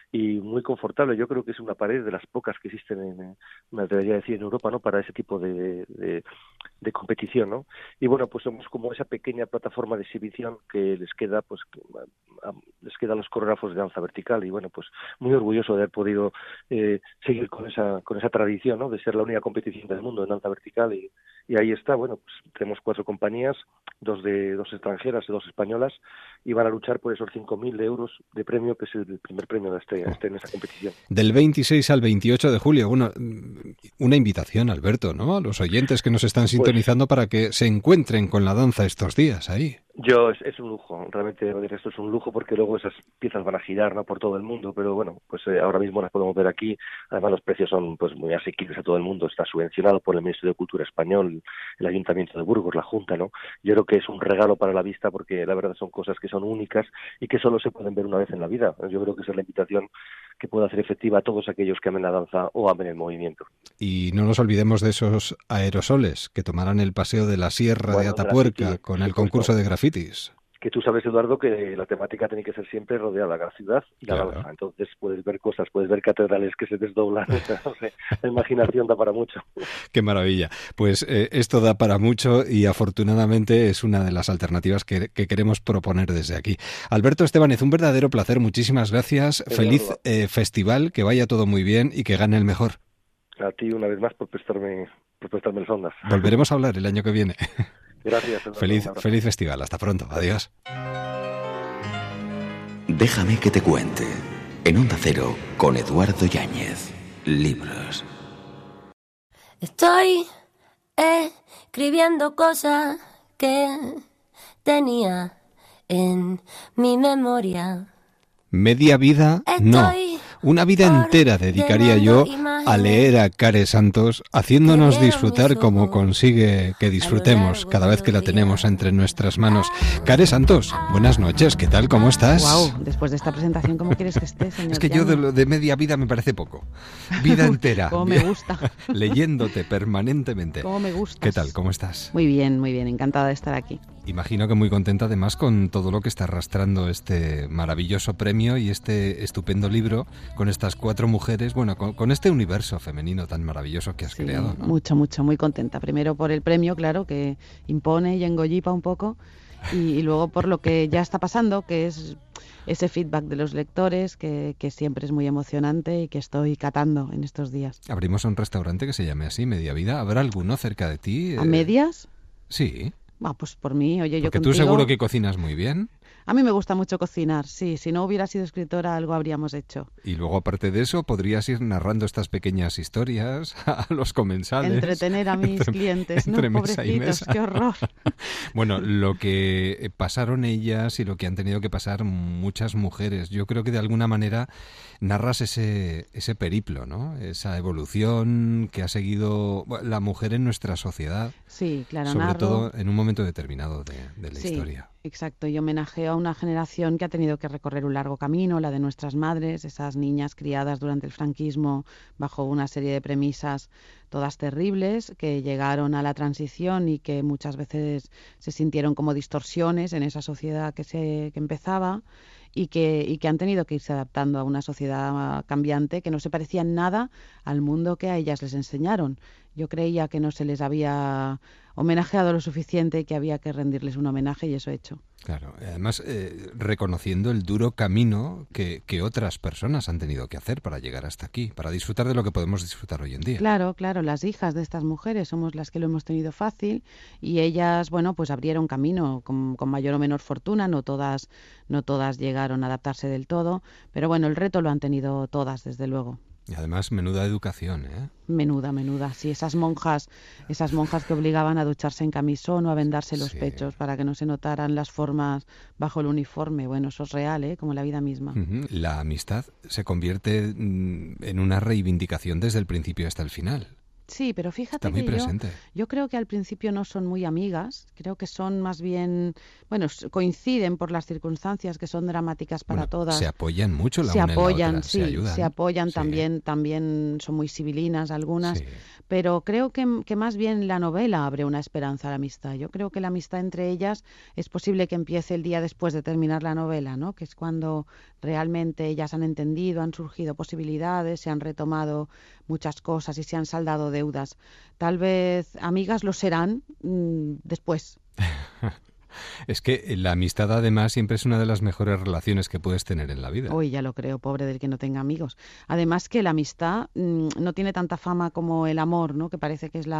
y muy confortable. Yo creo que es una pared de las pocas que existen, me atrevería a decir, en Europa, ¿no? Para ese tipo de competición, ¿no? Y bueno, pues somos como esa pequeña plataforma de exhibición que les queda, pues, les queda a los coreógrafos de danza vertical, y bueno, pues muy orgulloso de haber podido seguir con esa tradición, ¿no? De ser la única competición del mundo en danza vertical, y ahí está. Bueno, pues tenemos 4 compañías, 2 extranjeras y 2 españolas, y van a luchar por esos 5.000 euros de premio, que es el primer premio de en esa competición. Del 26 al 28 de julio, bueno, una invitación, Alberto, ¿no? A los oyentes que nos están sintonizando para que se encuentren con la danza estos días ahí. Es un lujo, realmente esto es un lujo, porque luego esas piezas van a girar, ¿no? Por todo el mundo, pero bueno, pues ahora mismo las podemos ver aquí. Además, los precios son pues muy asequibles a todo el mundo. Está subvencionado por el Ministerio de Cultura español, el Ayuntamiento de Burgos, la Junta, ¿no? Yo creo que es un regalo para la vista, porque la verdad son cosas que son únicas y que solo se pueden ver una vez en la vida. Yo creo que esa es la invitación que puede hacer efectiva a todos aquellos que amen la danza o amen el movimiento. Y no nos olvidemos de esos aerosoles que tomarán el paseo de la Sierra de Atapuerca con el concurso de grafitis. Que tú sabes, Eduardo, que la temática tiene que ser siempre rodeada a la ciudad y la danza. Entonces puedes ver cosas, puedes ver catedrales que se desdoblan. No sé, la imaginación da para mucho. Qué maravilla. Pues esto da para mucho y afortunadamente es una de las alternativas que queremos proponer desde aquí. Alberto Estebanez, un verdadero placer. Muchísimas gracias. Feliz festival, que vaya todo muy bien y que gane el mejor. A ti una vez más por prestarme las ondas. Volveremos a hablar el año que viene. Gracias. Feliz festival. Hasta pronto. Adiós. Déjame que te cuente. En Onda Cero, con Eduardo Yáñez. Libros. Estoy escribiendo cosas que tenía en mi memoria. Media vida, no. Una vida entera dedicaría yo a leer a Care Santos, haciéndonos disfrutar como consigue que disfrutemos cada vez que la tenemos entre nuestras manos. Care Santos, buenas noches, ¿qué tal? ¿Cómo estás? Wow, después de esta presentación, ¿cómo quieres que esté, señor? Es que yo de media vida me parece poco. Vida entera. Cómo me gusta. Leyéndote permanentemente. Cómo me gusta. ¿Qué tal? ¿Cómo estás? Muy bien, encantada de estar aquí. Imagino que muy contenta además con todo lo que está arrastrando este maravilloso premio y este estupendo libro con estas 4 mujeres, bueno, con este universo femenino tan maravilloso que has creado, ¿no? Mucho, muy contenta. Primero por el premio, claro, que impone y engollipa un poco, y luego por lo que ya está pasando, que es ese feedback de los lectores, que siempre es muy emocionante y que estoy catando en estos días. Abrimos un restaurante que se llame así, Media Vida. ¿Habrá alguno cerca de ti? ¿A medias? Sí. Pues por mí, oye, yo porque contigo... tú seguro que cocinas muy bien. A mí me gusta mucho cocinar, sí. Si no hubiera sido escritora, algo habríamos hecho. Y luego, aparte de eso, podrías ir narrando estas pequeñas historias a los comensales. Entretener a mis clientes, ¿no? Pobrecitos, qué horror. Bueno, lo que pasaron ellas y lo que han tenido que pasar muchas mujeres. Yo creo que de alguna manera narras ese periplo, ¿no? Esa evolución que ha seguido la mujer en nuestra sociedad. Sí, claro. Sobre todo en un momento determinado de la historia. Exacto, y homenajeo a una generación que ha tenido que recorrer un largo camino, la de nuestras madres, esas niñas criadas durante el franquismo bajo una serie de premisas todas terribles, que llegaron a la transición y que muchas veces se sintieron como distorsiones en esa sociedad que empezaba, y que han tenido que irse adaptando a una sociedad cambiante que no se parecía en nada al mundo que a ellas les enseñaron. Yo creía que no se les había homenajeado lo suficiente y que había que rendirles un homenaje, y eso he hecho. Claro, además reconociendo el duro camino que otras personas han tenido que hacer para llegar hasta aquí, para disfrutar de lo que podemos disfrutar hoy en día. Claro, las hijas de estas mujeres somos las que lo hemos tenido fácil, y ellas, bueno, pues abrieron camino con mayor o menor fortuna. No todas llegaron a adaptarse del todo, pero bueno, el reto lo han tenido todas, desde luego. Y además, menuda educación, ¿eh? Menuda. Sí, esas monjas que obligaban a ducharse en camisón o a vendarse los pechos para que no se notaran las formas bajo el uniforme. Bueno, eso es real, ¿eh? Como la vida misma. La amistad se convierte en una reivindicación desde el principio hasta el final. Sí, pero fíjate Está muy que presente. yo creo que al principio no son muy amigas, creo que son más bien, bueno, coinciden por las circunstancias que son dramáticas para todas. Se apoyan mucho la Se una en la apoyan, otra, sí, se ayudan. se apoyan Sí. también son muy sibilinas algunas, Sí. pero creo que más bien la novela abre una esperanza a la amistad. Yo creo que la amistad entre ellas es posible que empiece el día después de terminar la novela, ¿no? Que es cuando realmente ellas han entendido, han surgido posibilidades, se han retomado muchas cosas y se han saldado deudas. Tal vez amigas lo serán después. Es que la amistad además siempre es una de las mejores relaciones que puedes tener en la vida. Uy, ya lo creo, pobre del que no tenga amigos. Además que la amistad no tiene tanta fama como el amor, ¿no? Que parece que es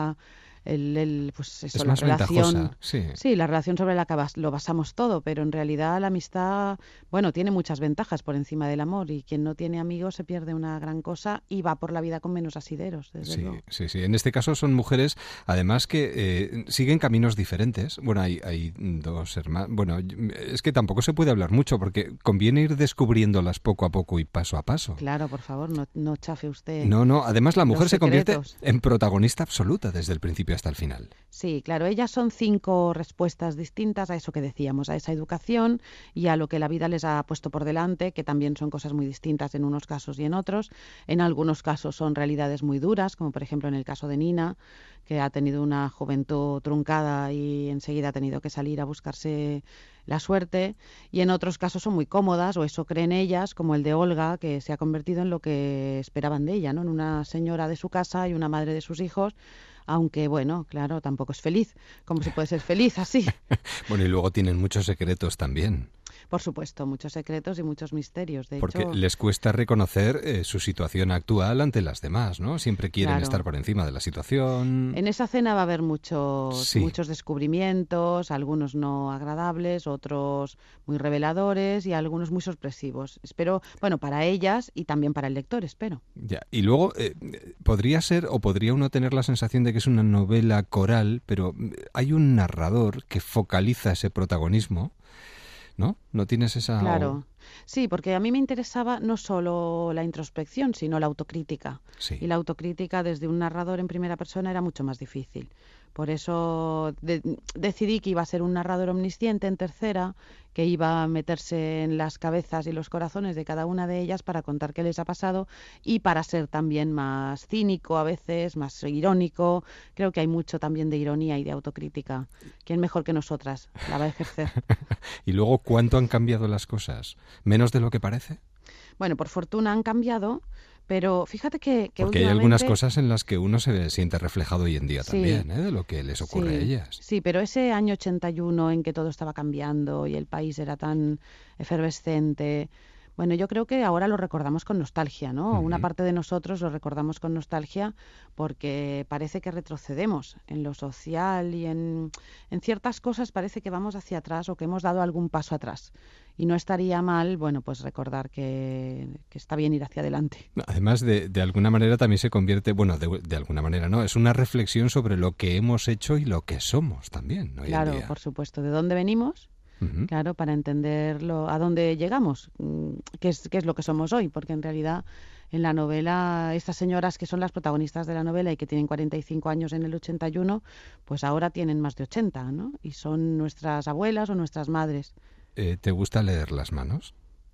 pues eso, Es la más relación, ventajosa, sí. sí, la relación sobre la que lo basamos todo, pero en realidad la amistad, bueno, tiene muchas ventajas por encima del amor y quien no tiene amigos se pierde una gran cosa y va por la vida con menos asideros, desde Sí, luego. sí, sí. En este caso son mujeres, además que siguen caminos diferentes. Bueno, hay dos hermanas. Bueno, es que tampoco se puede hablar mucho porque conviene ir descubriéndolas poco a poco y paso a paso. Claro, por favor, no chafe usted. No, además la mujer los se convierte secretos. en protagonista absoluta desde el principio hasta el final. Sí, claro, ellas son 5 respuestas distintas a eso que decíamos, a esa educación y a lo que la vida les ha puesto por delante, que también son cosas muy distintas en unos casos y en otros. En algunos casos son realidades muy duras, como por ejemplo en el caso de Nina, que ha tenido una juventud truncada y enseguida ha tenido que salir a buscarse la suerte, y en otros casos son muy cómodas, o eso creen ellas, como el de Olga, que se ha convertido en lo que esperaban de ella, ¿no? En una señora de su casa y una madre de sus hijos, aunque, bueno, claro, tampoco es feliz. ¿Cómo se puede ser feliz así? Bueno, y luego tienen muchos secretos también. Por supuesto, muchos secretos y muchos misterios. De Porque hecho, les cuesta reconocer su situación actual ante las demás, ¿no? Siempre quieren Claro. estar por encima de la situación. en esa cena va a haber muchos Sí. descubrimientos, algunos no agradables, otros muy reveladores y algunos muy sorpresivos. Espero, bueno, para ellas y también para el lector, espero. Ya. Y luego podría ser o podría uno tener la sensación de que es una novela coral, pero hay un narrador que focaliza ese protagonismo, ¿no? ¿No tienes esa...? Claro. Sí, porque a mí me interesaba no solo la introspección, sino la autocrítica. Sí. Y la autocrítica desde un narrador en primera persona era mucho más difícil. Por eso decidí que iba a ser un narrador omnisciente en tercera, que iba a meterse en las cabezas y los corazones de cada una de ellas para contar qué les ha pasado y para ser también más cínico a veces, más irónico. Creo que hay mucho también de ironía y de autocrítica. ¿Quién mejor que nosotras la va a ejercer? Y luego, ¿cuánto han cambiado las cosas? ¿Menos de lo que parece? Bueno, por fortuna han cambiado, pero fíjate que Porque hay algunas últimamente- cosas en las que uno se siente reflejado hoy en día Sí. también, ¿eh? De lo que les ocurre a Sí, ellas. Sí, pero ese año 81 en que todo estaba cambiando y el país era tan efervescente, bueno, yo creo que ahora lo recordamos con nostalgia, ¿no? Una parte de nosotros lo recordamos con nostalgia porque parece que retrocedemos en lo social y en ciertas cosas parece que vamos hacia atrás o que hemos dado algún paso atrás. Y no estaría mal, bueno, pues recordar que está bien ir hacia adelante. Además, de alguna manera también se convierte, bueno, de alguna manera no, es una reflexión sobre lo que hemos hecho y lo que somos también hoy en Claro, día. por supuesto, de dónde venimos. Ujú. Claro, para entender a dónde llegamos, qué es lo que somos hoy, porque en realidad en la novela, estas señoras que son las protagonistas de la novela y que tienen 45 años en el 81, pues ahora tienen más de 80, ¿no? Y son nuestras abuelas o nuestras madres. ¿Te gusta leer las manos?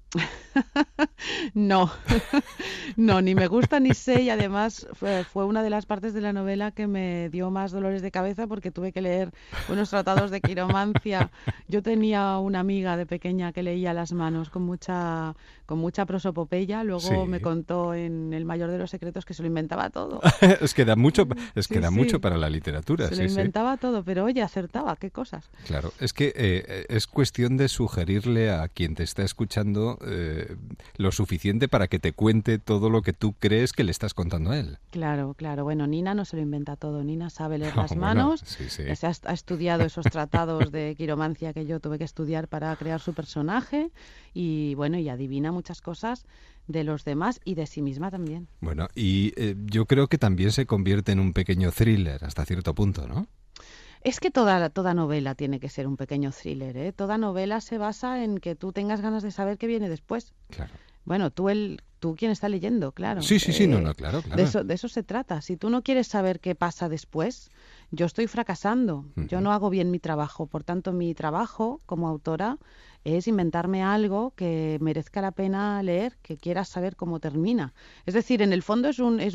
No, no, ni me gusta ni sé, y además fue una de las partes de la novela que me dio más dolores de cabeza porque tuve que leer unos tratados de quiromancia. Yo tenía una amiga de pequeña que leía las manos con mucha prosopopeya, luego Sí. me contó en El mayor de los secretos que se lo inventaba todo. Es que da mucho, Sí, sí. mucho para la literatura. Se sí, lo sí. inventaba todo, pero oye, acertaba, qué cosas. Claro, es que es cuestión de sugerirle a quien te está escuchando lo suficiente para que te cuente todo lo que tú crees que le estás contando a él. Claro, claro. Bueno, Nina no se lo inventa todo. Nina sabe leer las Bueno, manos. sí, sí. Ha estudiado esos tratados de quiromancia que yo tuve que estudiar para crear su personaje. Y bueno, y adivina muchas cosas de los demás y de sí misma también. Bueno, y yo creo que también se convierte en un pequeño thriller hasta cierto punto, ¿no? Es que toda novela tiene que ser un pequeño thriller, ¿eh? Toda novela se basa en que tú tengas ganas de saber qué viene después. Claro. Bueno, tú tú quién está leyendo, claro. Sí, claro. De eso se trata. Si tú no quieres saber qué pasa después, yo estoy fracasando. Yo no hago bien mi trabajo. Por tanto, mi trabajo como autora es inventarme algo que merezca la pena leer, que quieras saber cómo termina. Es decir, en el fondo es un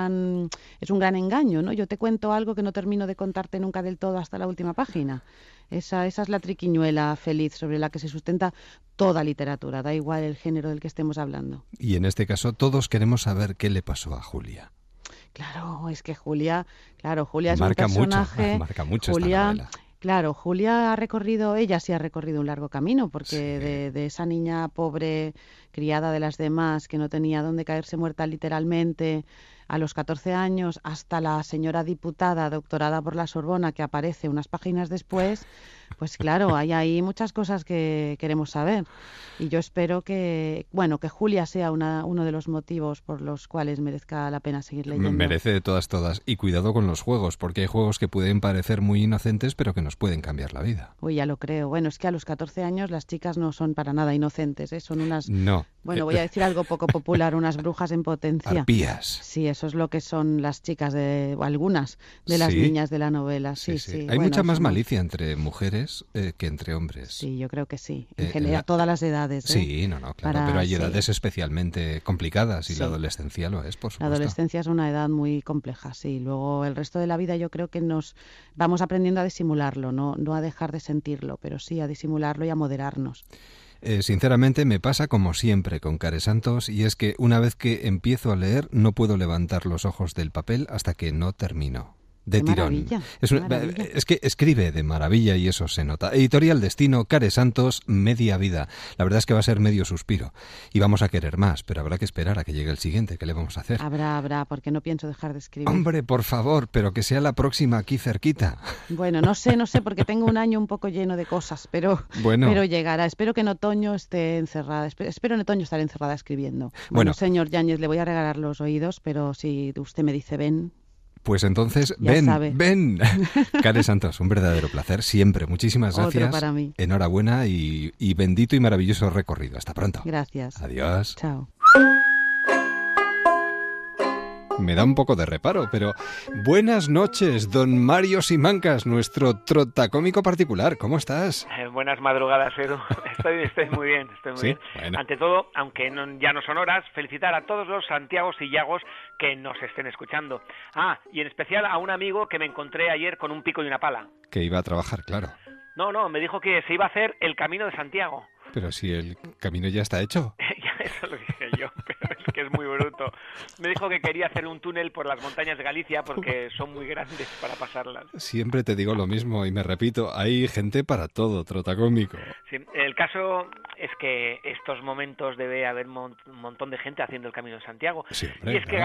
gran engaño, ¿no? Yo te cuento algo que no termino de contarte nunca del todo hasta la última página. Esa es la triquiñuela feliz sobre la que se sustenta toda literatura, da igual el género del que estemos hablando. Y en este caso todos queremos saber qué le pasó a Julia. Claro, es que Julia es un personaje... Marca mucho Julia, esta novela. Claro, ella sí ha recorrido un largo camino, porque de esa niña pobre, criada de las demás, que no tenía dónde caerse muerta literalmente, a los 14 años, hasta la señora diputada doctorada por la Sorbona, que aparece unas páginas después, pues claro, hay ahí muchas cosas que queremos saber. Y yo espero que Julia sea uno de los motivos por los cuales merezca la pena seguir leyendo. Merece de todas. Y cuidado con los juegos, porque hay juegos que pueden parecer muy inocentes, pero que nos pueden cambiar la vida. Uy, ya lo creo. Bueno, es que a los 14 años las chicas no son para nada inocentes, ¿eh? Son unas... No. Bueno, voy a decir algo poco popular, unas brujas en potencia. Arpías. Sí, eso es lo que son las chicas o algunas de las niñas de la novela. Sí. Hay mucha más malicia entre mujeres que entre hombres. Sí, yo creo que sí. En general, todas las edades. Sí, claro, pero hay edades especialmente complicadas y la adolescencia lo es, por supuesto. La adolescencia es una edad muy compleja, sí. Luego el resto de la vida yo creo que nos vamos aprendiendo a disimularlo, no a dejar de sentirlo, pero sí a disimularlo y a moderarnos. Sinceramente me pasa como siempre con Care Santos, y es que una vez que empiezo a leer no puedo levantar los ojos del papel hasta que no termino. De tirón. Es que escribe de maravilla y eso se nota. Editorial Destino, Care Santos, media vida. La verdad es que va a ser medio suspiro. Y vamos a querer más, pero habrá que esperar a que llegue el siguiente. ¿Qué le vamos a hacer? Habrá, porque no pienso dejar de escribir. Hombre, por favor, pero que sea la próxima aquí cerquita. Bueno, no sé, porque tengo un año un poco lleno de cosas, pero llegará. Espero que en otoño esté encerrada. Espero en otoño estar encerrada escribiendo. Bueno, señor Yáñez, le voy a regalar los oídos, pero si usted me dice ven... Pues entonces, ven. Care Santos, un verdadero placer siempre. Muchísimas gracias. Otro para mí. Enhorabuena y bendito y maravilloso recorrido. Hasta pronto. Gracias. Adiós. Chao. Me da un poco de reparo, pero buenas noches, don Mario Simancas, nuestro trotacómico particular. ¿Cómo estás? Buenas madrugadas, Edu. Estoy muy bien, bien. Bueno. Ante todo, aunque ya no son horas, felicitar a todos los Santiagos y Llagos que nos estén escuchando. Y en especial a un amigo que me encontré ayer con un pico y una pala. Que iba a trabajar, claro. No, me dijo que se iba a hacer el Camino de Santiago. Pero si el camino ya está hecho. Ya, eso lo dije yo, pero es que es muy bruto. Me dijo que quería hacer un túnel por las montañas de Galicia porque son muy grandes para pasarlas. Siempre te digo lo mismo y me repito, hay gente para todo, trotacómico. Sí, el caso es que estos momentos debe haber un montón de gente haciendo el Camino de Santiago. Sí, hombre, y es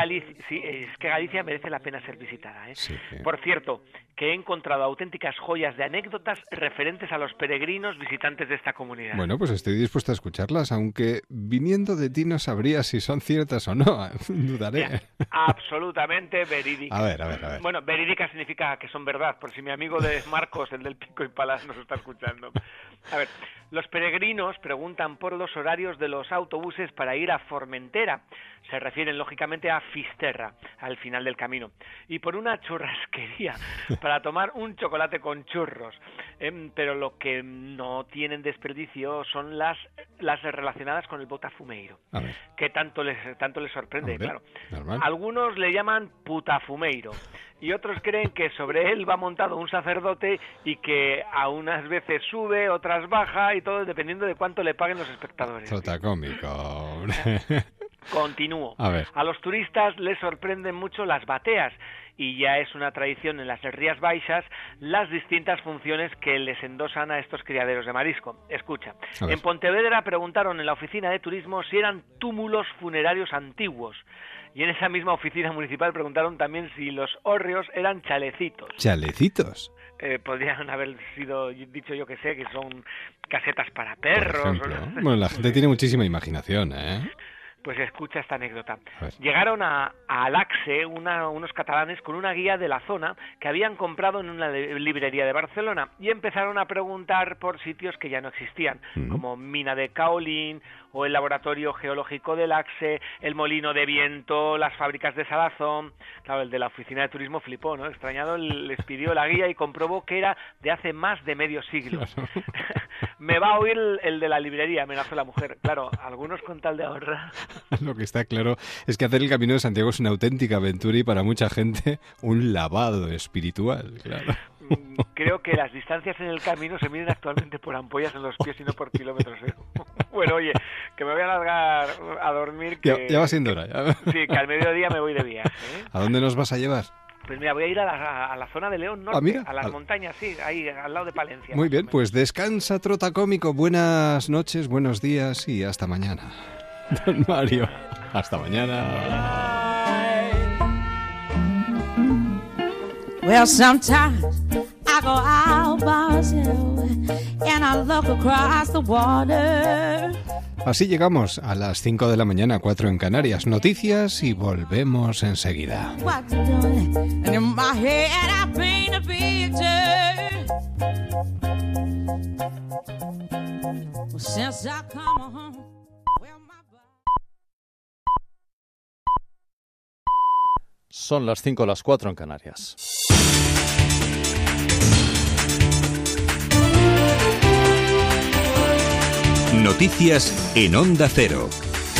que Galicia merece la pena ser visitada, ¿eh? Sí. Por cierto, que he encontrado auténticas joyas de anécdotas referentes a los peregrinos visitantes de esta comunidad. Bueno, pues estoy dispuesto a escucharlas, aunque viniendo de ti no sabría si son ciertas o no. Dudaré. Mira, absolutamente verídicas. A ver. Bueno, verídicas significa que son verdad, por si mi amigo de Marcos, el del Pico y Palas, nos está escuchando. A ver, los peregrinos preguntan por los horarios de los autobuses para ir a Formentera. Se refieren, lógicamente, a Fisterra, al final del camino. Y por una churrasquería, para tomar un chocolate con churros. Pero lo que no tienen desperdicio son las relacionadas con el botafumeiro. Que tanto les sorprende, claro. Normal. Algunos le llaman putafumeiro. Y otros creen que sobre él va montado un sacerdote y que a unas veces sube, otras baja y todo dependiendo de cuánto le paguen los espectadores. Trotacómico. Continúo. A los turistas les sorprenden mucho las bateas y ya es una tradición en las Rías Baixas las distintas funciones que les endosan a estos criaderos de marisco. Escucha, en Pontevedra preguntaron en la oficina de turismo si eran túmulos funerarios antiguos. Y en esa misma oficina municipal preguntaron también si los hórreos eran chalecitos. ¿Chalecitos? Podrían haber dicho yo que sé, que son casetas para perros. Por ejemplo. Bueno, la gente tiene muchísima imaginación, ¿eh? Pues escucha esta anécdota. Llegaron a Alaxe unos catalanes con una guía de la zona que habían comprado en una librería de Barcelona y empezaron a preguntar por sitios que ya no existían, como Mina de Caolín o el laboratorio geológico del Axe, el molino de viento, las fábricas de Salazón. Claro, el de la oficina de turismo flipó, ¿no? Extrañado, les pidió la guía y comprobó que era de hace más de medio siglo. Claro. Me va a oír el de la librería, amenazó la mujer. Claro, algunos con tal de ahorrar. Lo que está claro es que hacer el Camino de Santiago es una auténtica aventura y para mucha gente un lavado espiritual, claro. Creo que las distancias en el camino se miden actualmente por ampollas en los pies y no por kilómetros. Bueno, oye, que me voy a largar a dormir. Que... Ya va siendo hora. Ya. Sí, que al mediodía me voy de viaje. ¿A dónde nos vas a llevar? Pues mira, voy a ir a la zona de León Norte, a las montañas, sí, ahí al lado de Palencia. Muy bien, pues descansa, trota cómico. Buenas noches, buenos días y hasta mañana. Don Mario, hasta mañana. Well, sometimes I go out by myself and I look across the water. Así llegamos a las 5 de la mañana, 4 en Canarias. Noticias y volvemos enseguida. And in my head I paint a picture. Well, since I come home. Son las 5 las 4 en Canarias. Noticias en Onda Cero.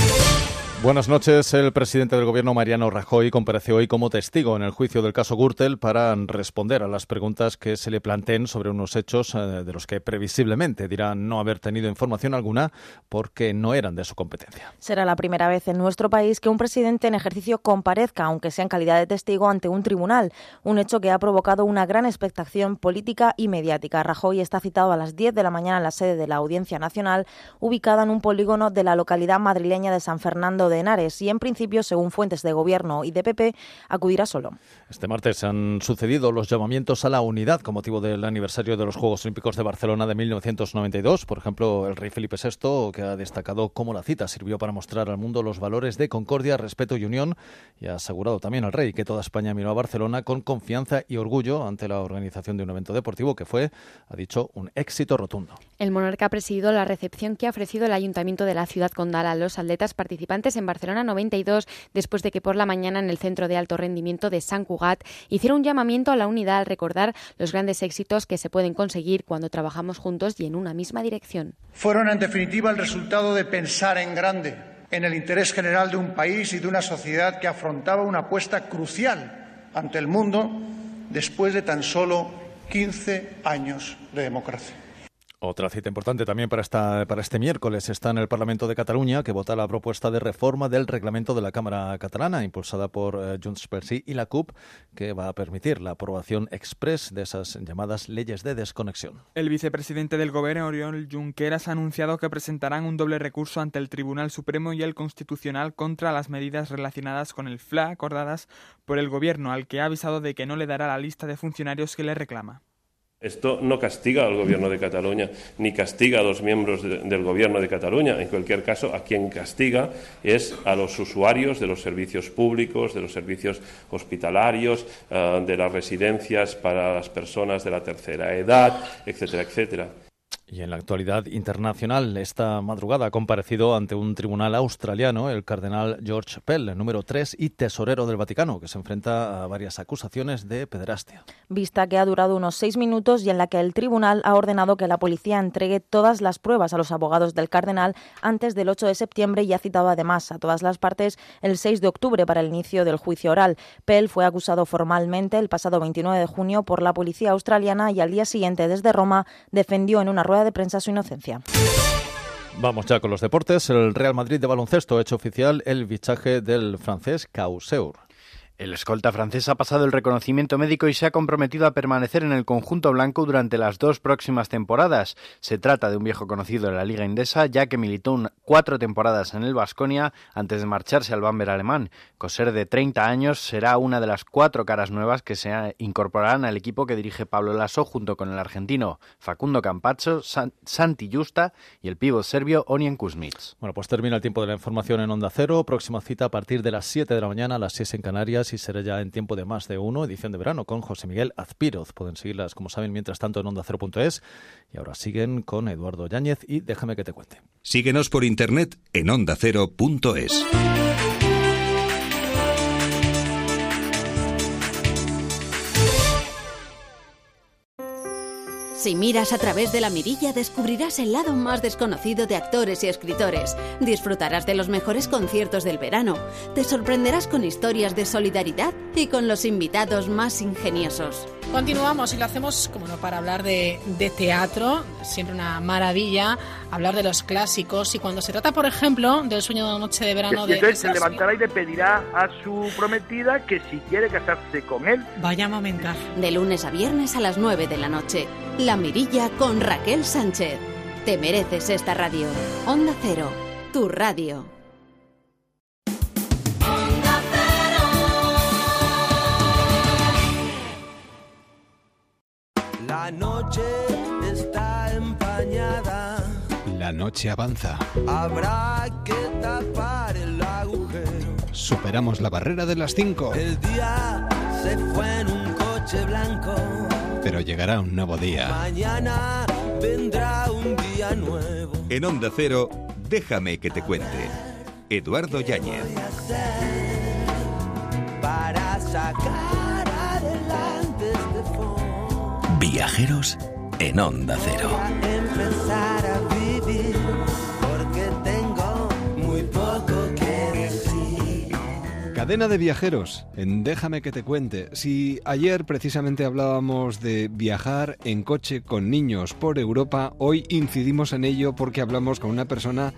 Buenas noches. El presidente del Gobierno, Mariano Rajoy, compareció hoy como testigo en el juicio del caso Gürtel para responder a las preguntas que se le planteen sobre unos hechos de los que previsiblemente dirá no haber tenido información alguna porque no eran de su competencia. Será la primera vez en nuestro país que un presidente en ejercicio comparezca, aunque sea en calidad de testigo, ante un tribunal, un hecho que ha provocado una gran expectación política y mediática. Rajoy está citado a las 10 de la mañana en la sede de la Audiencia Nacional, ubicada en un polígono de la localidad madrileña de San Fernando de Henares, y en principio, según fuentes de Gobierno y de PP, acudirá solo. Este martes han sucedido los llamamientos a la unidad con motivo del aniversario de los Juegos Olímpicos de Barcelona de 1992. Por ejemplo, el rey Felipe VI, que ha destacado cómo la cita sirvió para mostrar al mundo los valores de concordia, respeto y unión, y ha asegurado también al rey que toda España miró a Barcelona con confianza y orgullo ante la organización de un evento deportivo que fue, ha dicho, un éxito rotundo. El monarca ha presidido la recepción que ha ofrecido el Ayuntamiento de la ciudad condal a los atletas participantes en Barcelona 92, después de que por la mañana en el Centro de Alto Rendimiento de Sant Cugat hiciera un llamamiento a la unidad al recordar los grandes éxitos que se pueden conseguir cuando trabajamos juntos y en una misma dirección. Fueron, en definitiva, el resultado de pensar en grande, en el interés general de un país y de una sociedad que afrontaba una apuesta crucial ante el mundo después de tan solo 15 años de democracia. Otra cita importante también para este miércoles está en el Parlamento de Cataluña, que vota la propuesta de reforma del reglamento de la Cámara catalana, impulsada por Junts pel Sí y la CUP, que va a permitir la aprobación express de esas llamadas leyes de desconexión. El vicepresidente del Gobierno, Oriol Junqueras, ha anunciado que presentarán un doble recurso ante el Tribunal Supremo y el Constitucional contra las medidas relacionadas con el FLA acordadas por el Gobierno, al que ha avisado de que no le dará la lista de funcionarios que le reclama. Esto no castiga al Gobierno de Cataluña, ni castiga a los miembros del Gobierno de Cataluña. En cualquier caso, a quien castiga es a los usuarios de los servicios públicos, de los servicios hospitalarios, de las residencias para las personas de la tercera edad, etcétera, etcétera. Y en la actualidad internacional, esta madrugada ha comparecido ante un tribunal australiano el cardenal George Pell, número 3 y tesorero del Vaticano, que se enfrenta a varias acusaciones de pederastia. Vista que ha durado unos 6 minutos y en la que el tribunal ha ordenado que la policía entregue todas las pruebas a los abogados del cardenal antes del 8 de septiembre y ha citado además a todas las partes el 6 de octubre para el inicio del juicio oral. Pell fue acusado formalmente el pasado 29 de junio por la policía australiana y al día siguiente desde Roma defendió en una rueda de prensa su inocencia. Vamos ya con los deportes. El Real Madrid de baloncesto ha hecho oficial el fichaje del francés Causeur. El escolta francés ha pasado el reconocimiento médico y se ha comprometido a permanecer en el conjunto blanco durante las 2 próximas temporadas. Se trata de un viejo conocido de la Liga Endesa, ya que militó 4 temporadas en el Baskonia antes de marcharse al Bamberg alemán. Coser, de 30 años, será una de las 4 caras nuevas que se incorporarán al equipo que dirige Pablo Laso junto con el argentino Facundo Campazzo, Santi Justa y el pívot serbio Onion Kuzmic. Bueno, pues termina el tiempo de la información en Onda Cero. Próxima cita a partir de las 7 de la mañana, a las 6 en Canarias. y será ya en Tiempo de Más de Uno, edición de verano, con José Miguel Azpiroz. Pueden seguirlas, como saben, mientras tanto en OndaCero.es. Y ahora siguen con Eduardo Yáñez y Déjame que te cuente. Síguenos por internet en OndaCero.es. Si miras a través de la mirilla, descubrirás el lado más desconocido de actores y escritores. Disfrutarás de los mejores conciertos del verano. Te sorprenderás con historias de solidaridad y con los invitados más ingeniosos. Continuamos y lo hacemos, como no, para hablar de teatro. Siempre una maravilla hablar de los clásicos. Y cuando se trata, por ejemplo, del Sueño de una noche de verano de... Entonces se levantará y le pedirá a su prometida que si quiere casarse con él. Vaya momentazo. De lunes a viernes a las 9 de la noche. La Mirilla con Raquel Sánchez. Te mereces esta radio. Onda Cero, tu radio. La noche está empañada. La noche avanza. Habrá que tapar el agujero. Superamos la barrera de las 5. El día se fue en un coche blanco. Pero llegará un nuevo día. Mañana vendrá un día nuevo. En Onda Cero, Déjame que te cuente. Eduardo Yáñez. Para sacar adelante este fondo. Viajeros en Onda Cero. Empezar a vivir porque tengo muy poco que decir. Cadena de viajeros en Déjame que te cuente. Si ayer precisamente hablábamos de viajar en coche con niños por Europa, hoy incidimos en ello porque hablamos con una persona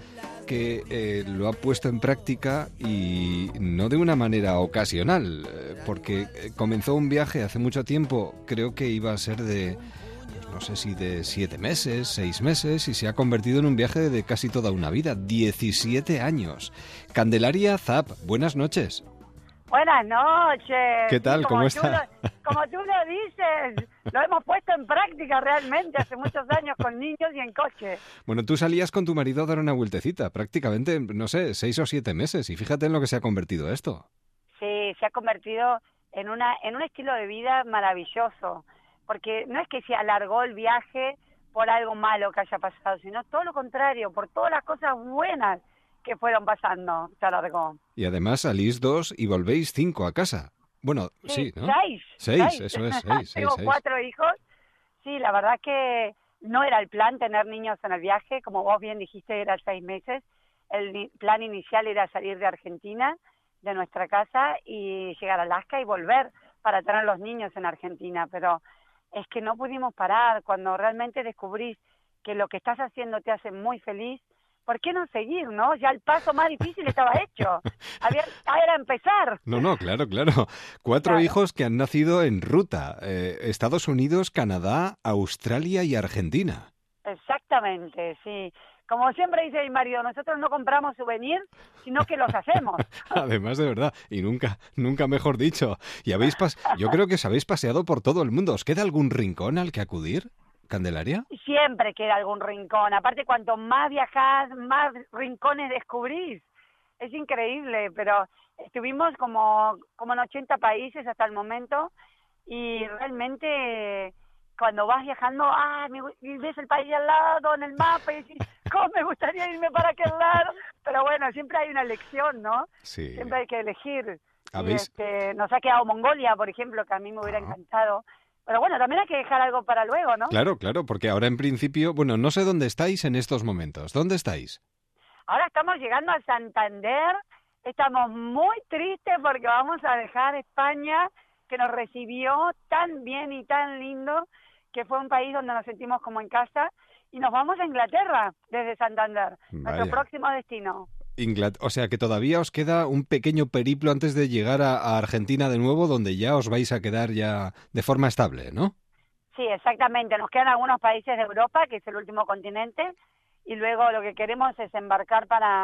que lo ha puesto en práctica y no de una manera ocasional, porque comenzó un viaje hace mucho tiempo, creo que iba a ser de, no sé si de 7 meses, 6 meses, y se ha convertido en un viaje de casi toda una vida, 17 años. Candelaria Zap, buenas noches. Buenas noches. ¿Qué tal? ¿Cómo está? Como tú lo dices, lo hemos puesto en práctica realmente hace muchos años con niños y en coche. Bueno, tú salías con tu marido a dar una vueltecita, prácticamente, no sé, 6 o 7 meses, y fíjate en lo que se ha convertido esto. Sí, se ha convertido en un estilo de vida maravilloso, porque no es que se alargó el viaje por algo malo que haya pasado, sino todo lo contrario, por todas las cosas buenas que fueron pasando, se alargó. Y además salís 2 y volvéis 5 a casa. Bueno, sí, ¿no? 6, eso es, 6. Tengo 4 hijos. Sí, la verdad que no era el plan tener niños en el viaje, como vos bien dijiste, era 6 meses. El plan inicial era salir de Argentina, de nuestra casa, y llegar a Alaska y volver para tener los niños en Argentina, pero es que no pudimos parar. Cuando realmente descubrís que lo que estás haciendo te hace muy feliz, ¿por qué no seguir, no? Ya el paso más difícil estaba hecho. Era empezar. No, claro. 4 hijos que han nacido en ruta. Estados Unidos, Canadá, Australia y Argentina. Exactamente, sí. Como siempre dice mi marido, nosotros no compramos souvenirs, sino que los hacemos. Además, de verdad, y nunca mejor dicho. Y yo creo que os habéis paseado por todo el mundo. ¿Os queda algún rincón al que acudir, Candelaria? Siempre queda algún rincón. Aparte, cuanto más viajás, más rincones descubrís. Es increíble, pero estuvimos como en 80 países hasta el momento, y realmente cuando vas viajando, y ves el país al lado en el mapa y dices, ¿cómo me gustaría irme para aquel lado? Pero bueno, siempre hay una elección, ¿no? Sí. Siempre hay que elegir. Y nos ha quedado Mongolia, por ejemplo, que a mí me hubiera encantado. Pero bueno, también hay que dejar algo para luego, ¿no? Claro, porque ahora en principio, bueno, no sé dónde estáis en estos momentos. ¿Dónde estáis? Ahora estamos llegando a Santander. Estamos muy tristes porque vamos a dejar España, que nos recibió tan bien y tan lindo, que fue un país donde nos sentimos como en casa, y nos vamos a Inglaterra desde Santander, nuestro próximo destino. O sea que todavía os queda un pequeño periplo antes de llegar a Argentina de nuevo, donde ya os vais a quedar ya de forma estable, ¿no? Sí, exactamente. Nos quedan algunos países de Europa, que es el último continente, y luego lo que queremos es embarcar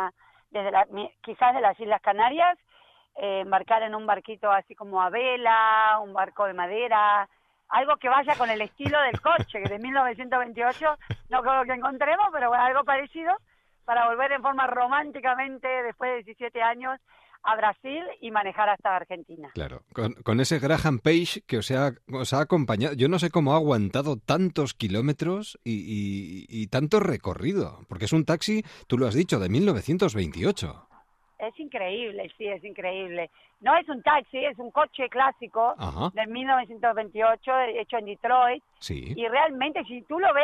quizás de las Islas Canarias, embarcar en un barquito así como a vela, un barco de madera, algo que vaya con el estilo del coche, que de 1928 no creo que encontremos, pero bueno, algo parecido, para volver en forma románticamente, después de 17 años, a Brasil y manejar hasta Argentina. Claro, con ese Graham Page que os ha acompañado. Yo no sé cómo ha aguantado tantos kilómetros y tanto recorrido, porque es un taxi, tú lo has dicho, de 1928. Es increíble, sí, es increíble. No es un taxi, es un coche clásico de 1928, hecho en Detroit. Sí. Y realmente, si tú lo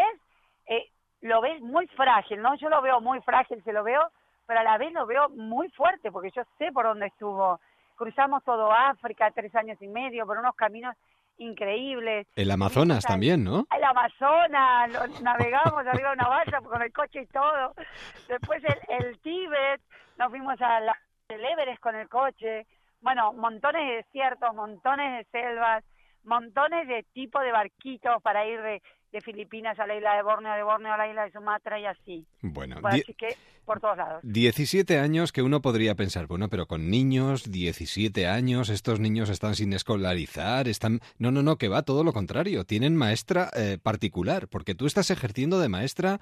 ves muy frágil, ¿no? Yo lo veo muy frágil, se lo veo, pero a la vez lo veo muy fuerte, porque yo sé por dónde estuvo. Cruzamos todo África, 3 años y medio, por unos caminos increíbles. El Amazonas también, ¿no? El Amazonas, navegamos arriba de una balsa con el coche y todo. Después el Tíbet, nos fuimos el Everest con el coche. Bueno, montones de desiertos, montones de selvas, montones de tipos de barquitos para ir de Filipinas a la isla de Borneo a la isla de Sumatra y así. Bueno, así que por todos lados. 17 años que uno podría pensar, bueno, pero con niños, 17 años, estos niños están sin escolarizar, están... No, que va, todo lo contrario, tienen maestra particular, porque tú estás ejerciendo de maestra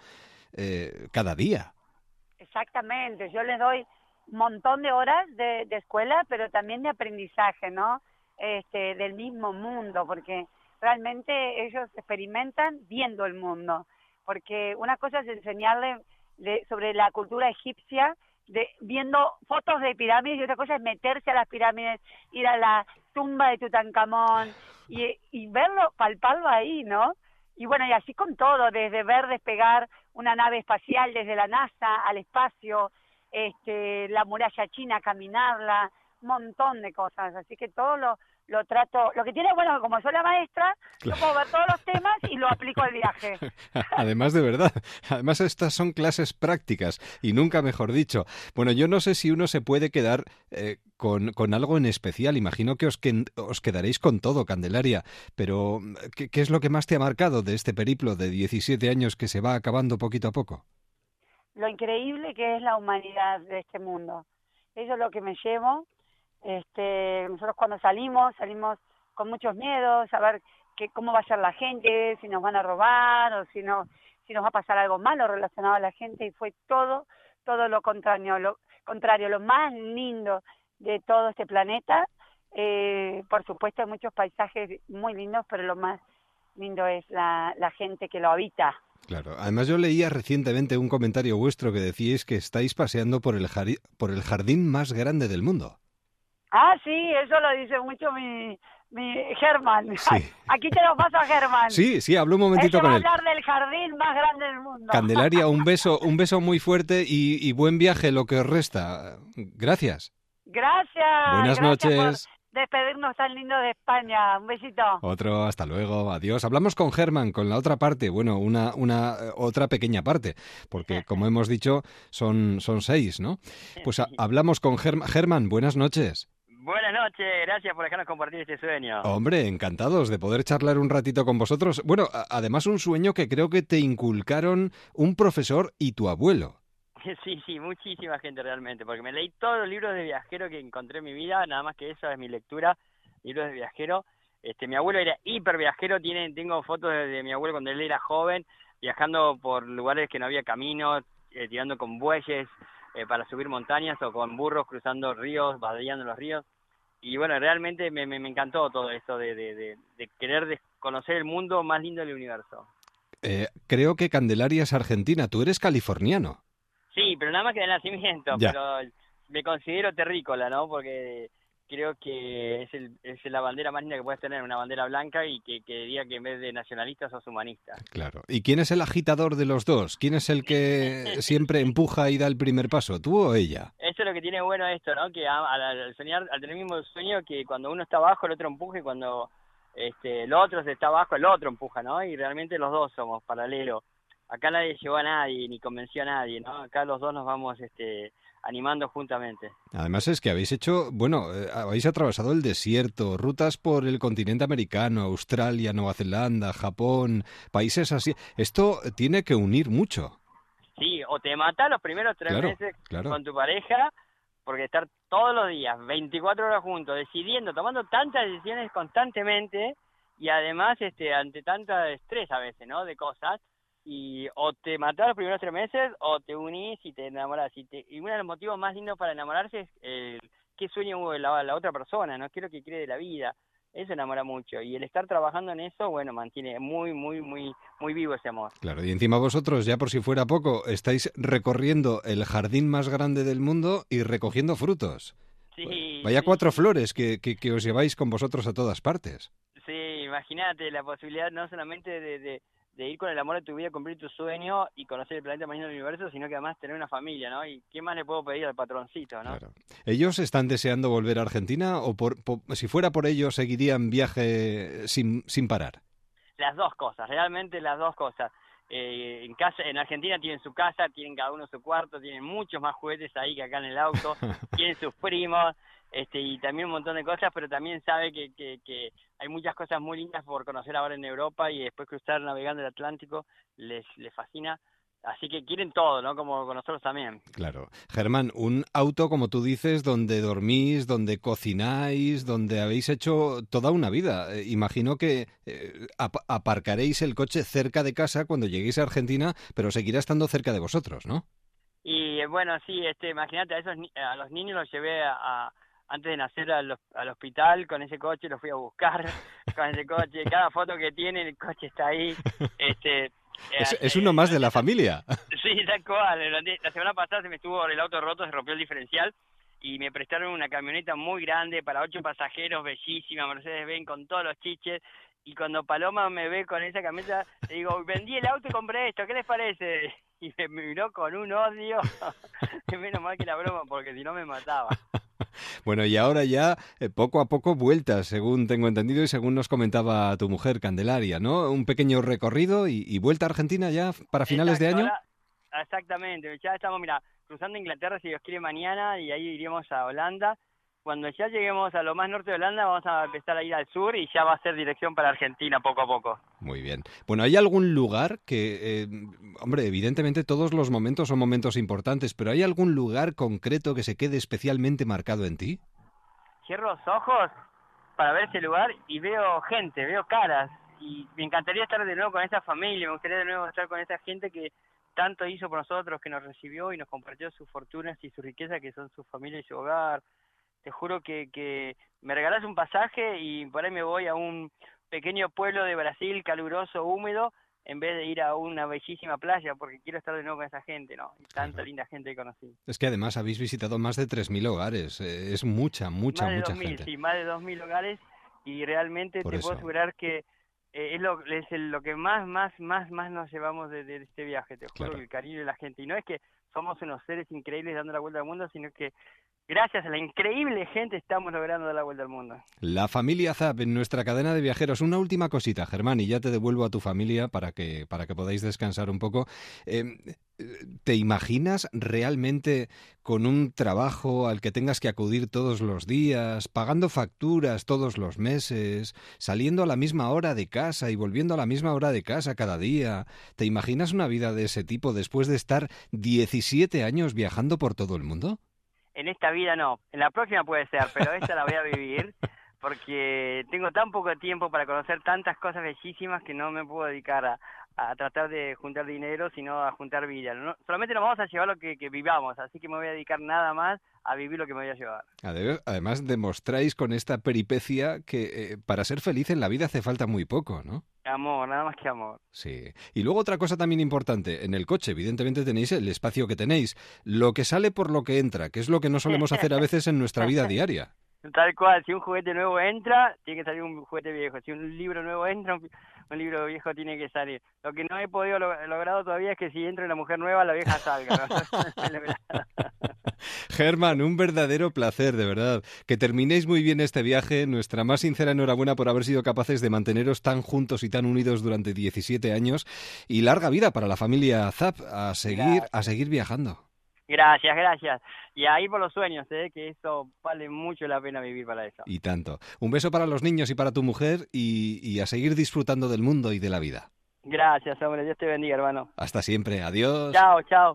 cada día. Exactamente, yo les doy un montón de horas de escuela, pero también de aprendizaje, ¿no? Del mismo mundo, porque realmente ellos experimentan viendo el mundo, porque una cosa es enseñarles sobre la cultura egipcia, viendo fotos de pirámides, y otra cosa es meterse a las pirámides, ir a la tumba de Tutankamón y verlo, palparlo ahí, ¿no? Y bueno, y así con todo, desde ver despegar una nave espacial desde la NASA al espacio, la muralla china, caminarla, un montón de cosas, así que todo lo trato. Lo que tiene bueno, como soy la maestra, yo puedo ver todos los temas y lo aplico al viaje. Además, de verdad, además estas son clases prácticas y nunca mejor dicho. Bueno, yo no sé si uno se puede quedar con algo en especial. Imagino que os quedaréis con todo, Candelaria, pero ¿qué es lo que más te ha marcado de este periplo de 17 años que se va acabando poquito a poco? Lo increíble que es la humanidad de este mundo. Eso es lo que me llevo. Nosotros cuando salimos con muchos miedos, a ver cómo va a ser la gente, si nos van a robar o si nos va a pasar algo malo relacionado a la gente, y fue todo lo contrario, lo más lindo de todo este planeta. Por supuesto hay muchos paisajes muy lindos, pero lo más lindo es la gente que lo habita. Claro, además yo leía recientemente un comentario vuestro que decíais que estáis paseando por el jardín más grande del mundo. Ah, sí, eso lo dice mucho mi Germán. Sí. Aquí te lo paso a Germán. Sí, hablo un momentito con él. Va a hablar del jardín más grande del mundo. Candelaria, un beso muy fuerte y buen viaje lo que os resta. Gracias. Gracias. Buenas noches. Por despedirnos tan lindo de España. Un besito. Otro, hasta luego, adiós. Hablamos con Germán, con la otra parte, bueno, una otra pequeña parte, porque como hemos dicho, son 6, ¿no? Pues hablamos con Germán, buenas noches. Buenas noches, gracias por dejarnos compartir este sueño. Hombre, encantados de poder charlar un ratito con vosotros. Bueno, además un sueño que creo que te inculcaron un profesor y tu abuelo. Sí, muchísima gente realmente, porque me leí todos los libros de viajero que encontré en mi vida, nada más que eso es mi lectura, libros de viajero. Mi abuelo era hiper viajero, tengo fotos de mi abuelo cuando él era joven, viajando por lugares que no había caminos, tirando con bueyes para subir montañas o con burros cruzando ríos, vadeando los ríos. Y bueno, realmente me encantó todo esto de querer conocer el mundo más lindo del universo. Creo que Candelaria es argentina, tú eres californiano. Sí, pero nada más que de nacimiento, ya. Pero me considero terrícola, ¿no? Porque creo que es la bandera más linda que puedes tener, una bandera blanca, y que diga que en vez de nacionalista sos humanista. Claro. ¿Y quién es el agitador de los dos? ¿Quién es el que siempre empuja y da el primer paso, tú o ella? Eso es lo que tiene bueno esto, ¿no? Que al soñar, al tener el mismo sueño, que cuando uno está abajo el otro empuja, y cuando el otro está abajo el otro empuja, ¿no? Y realmente los dos somos paralelos. Acá nadie llevó a nadie, ni convenció a nadie, ¿no? Acá los dos nos vamos animando juntamente. Además es que habéis habéis atravesado el desierto, rutas por el continente americano, Australia, Nueva Zelanda, Japón, países así. Esto tiene que unir mucho. Sí, o te mata los primeros 3 meses con tu pareja, porque estar todos los días, 24 horas juntos, decidiendo, tomando tantas decisiones constantemente, y además ante tanta estrés a veces, ¿no? De cosas. Y o te matás los primeros 3 meses o te unís y te enamorás. Y uno de los motivos más lindos para enamorarse es qué sueño la otra persona, ¿no? ¿Qué es lo que quiere de la vida? Eso enamora mucho. Y el estar trabajando en eso, bueno, mantiene muy, muy, muy, muy vivo ese amor. Claro, y encima vosotros, ya por si fuera poco, estáis recorriendo el jardín más grande del mundo y recogiendo frutos. Sí, Vaya sí, 4 flores que os lleváis con vosotros a todas partes. sí, imagínate la posibilidad no solamente de ir con el amor de tu vida, cumplir tu sueño y conocer el planeta más lindo del universo, sino que además tener una familia, ¿no? ¿Y qué más le puedo pedir al patroncito, no? Claro. ¿Ellos están deseando volver a Argentina o si fuera por ellos seguirían viaje sin parar? Las dos cosas, realmente las dos cosas. En Argentina tienen su casa, tienen cada uno su cuarto, tienen muchos más juguetes ahí que acá en el auto, tienen sus primos, y también un montón de cosas, pero también sabe que hay muchas cosas muy lindas por conocer ahora en Europa y después cruzar navegando el Atlántico les fascina. Así que quieren todo, ¿no? Como con nosotros también. Claro. Germán, un auto, como tú dices, donde dormís, donde cocináis, donde habéis hecho toda una vida. Imagino que aparcaréis el coche cerca de casa cuando lleguéis a Argentina, pero seguirá estando cerca de vosotros, ¿no? Y bueno, sí, imagínate, a los niños los llevé antes de nacer al hospital con ese coche, los fui a buscar con ese coche. Cada foto que tienen, el coche está ahí. Es uno más de la familia. Sí, tal cual. La semana pasada se me estuvo el auto roto, se rompió el diferencial y me prestaron una camioneta muy grande para 8 pasajeros, bellísima, Mercedes-Benz con todos los chiches. Y cuando Paloma me ve con esa camioneta, le digo, vendí el auto y compré esto, ¿qué les parece? Y me miró con un odio. Menos mal que la broma, porque si no me mataba. Bueno, y ahora ya poco a poco vueltas, según tengo entendido y según nos comentaba tu mujer, Candelaria, ¿no? Un pequeño recorrido y vuelta a Argentina ya para finales de año. Exactamente, ya estamos, mira, cruzando Inglaterra, si Dios quiere, mañana, y ahí iremos a Holanda. Cuando ya lleguemos a lo más norte de Holanda, vamos a empezar a ir al sur y ya va a ser dirección para Argentina poco a poco. Muy bien. Bueno, ¿hay algún lugar que, hombre, evidentemente todos los momentos son momentos importantes, pero ¿hay algún lugar concreto que se quede especialmente marcado en ti? Cierro los ojos para ver ese lugar y veo gente, veo caras, y me encantaría estar de nuevo con esa familia, me gustaría de nuevo estar con esa gente que tanto hizo por nosotros, que nos recibió y nos compartió sus fortunas y su riqueza, que son su familia y su hogar. Te juro que me regalás un pasaje y por ahí me voy a un pequeño pueblo de Brasil, caluroso, húmedo, en vez de ir a una bellísima playa, porque quiero estar de nuevo con esa gente, ¿no? Y tanta linda gente que conocí. Es que además habéis visitado más de 3.000 hogares, es mucha gente. Sí, más de 2.000 hogares, y realmente te puedo asegurar que es lo que más nos llevamos de este viaje, te juro, el cariño de la gente. Y no es que somos unos seres increíbles dando la vuelta al mundo, sino que gracias a la increíble gente estamos logrando dar la vuelta al mundo. La familia Zapp en nuestra cadena de viajeros. Una última cosita, Germán, y ya te devuelvo a tu familia para que podáis descansar un poco. ¿Te imaginas realmente con un trabajo al que tengas que acudir todos los días, pagando facturas todos los meses, saliendo a la misma hora de casa y volviendo a la misma hora de casa cada día? ¿Te imaginas una vida de ese tipo después de estar 17 años viajando por todo el mundo? En esta vida no, en la próxima puede ser, pero esta la voy a vivir porque tengo tan poco tiempo para conocer tantas cosas bellísimas que no me puedo dedicar a tratar de juntar dinero, sino a juntar vida. No, solamente nos vamos a llevar lo que vivamos, así que me voy a dedicar nada más a vivir lo que me voy a llevar. Además, demostráis con esta peripecia que para ser feliz en la vida hace falta muy poco, ¿no? Amor, nada más que amor. Sí. Y luego otra cosa también importante, en el coche evidentemente tenéis el espacio que tenéis, lo que sale por lo que entra, que es lo que no solemos hacer a veces en nuestra vida diaria. Tal cual, si un juguete nuevo entra, tiene que salir un juguete viejo. Si un libro nuevo entra, un libro viejo tiene que salir. Lo que no he podido logrado todavía es que si entra una mujer nueva, la vieja salga, ¿no? Germán, un verdadero placer, de verdad. Que terminéis muy bien este viaje. Nuestra más sincera enhorabuena por haber sido capaces de manteneros tan juntos y tan unidos durante 17 años. Y larga vida para la familia Zapp, a seguir viajando. Gracias. Y a ir por los sueños, que eso vale mucho la pena vivir para eso. Y tanto. Un beso para los niños y para tu mujer y a seguir disfrutando del mundo y de la vida. Gracias, hombre. Dios te bendiga, hermano. Hasta siempre. Adiós. Chao.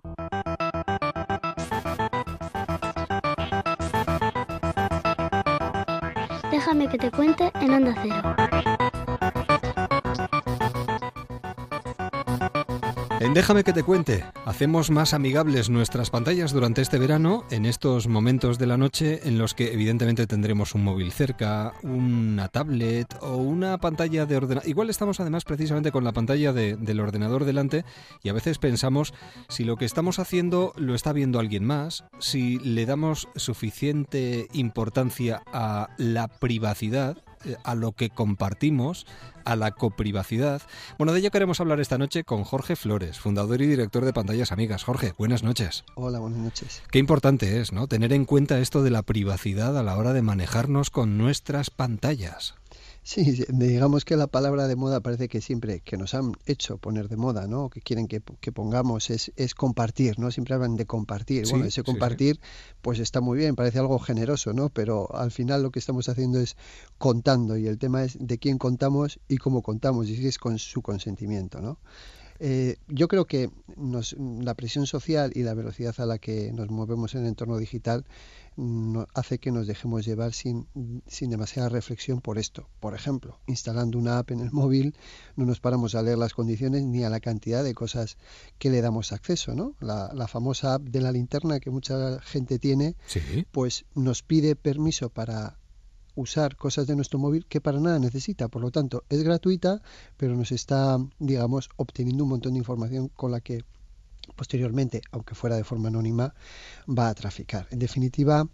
Déjame que te cuente en Onda Cero. Déjame que te cuente, hacemos más amigables nuestras pantallas durante este verano, en estos momentos de la noche en los que evidentemente tendremos un móvil cerca, una tablet o una pantalla de ordenador. Igual estamos además precisamente con la pantalla del ordenador delante y a veces pensamos si lo que estamos haciendo lo está viendo alguien más, si le damos suficiente importancia a la privacidad, a lo que compartimos, a la coprivacidad. Bueno, de ello queremos hablar esta noche con Jorge Flores, fundador y director de Pantallas Amigas. Jorge, buenas noches. Hola, buenas noches. Qué importante es, ¿no?, tener en cuenta esto de la privacidad a la hora de manejarnos con nuestras pantallas. Sí, digamos que la palabra de moda parece que siempre que nos han hecho poner de moda, ¿no?, que quieren que pongamos es compartir, ¿no? Siempre hablan de compartir. Sí, bueno, ese compartir pues está muy bien, parece algo generoso, ¿no? Pero al final lo que estamos haciendo es contando, y el tema es de quién contamos y cómo contamos, y si es con su consentimiento, ¿no? Yo creo que la presión social y la velocidad a la que nos movemos en el entorno digital hace que nos dejemos llevar sin demasiada reflexión por esto. Por ejemplo, instalando una app en el móvil, no nos paramos a leer las condiciones ni a la cantidad de cosas que le damos acceso, ¿no? La famosa app de la linterna que mucha gente tiene, pues nos pide permiso para usar cosas de nuestro móvil que para nada necesita. Por lo tanto, es gratuita, pero nos está, digamos, obteniendo un montón de información con la que posteriormente, aunque fuera de forma anónima, va a traficar. En definitiva,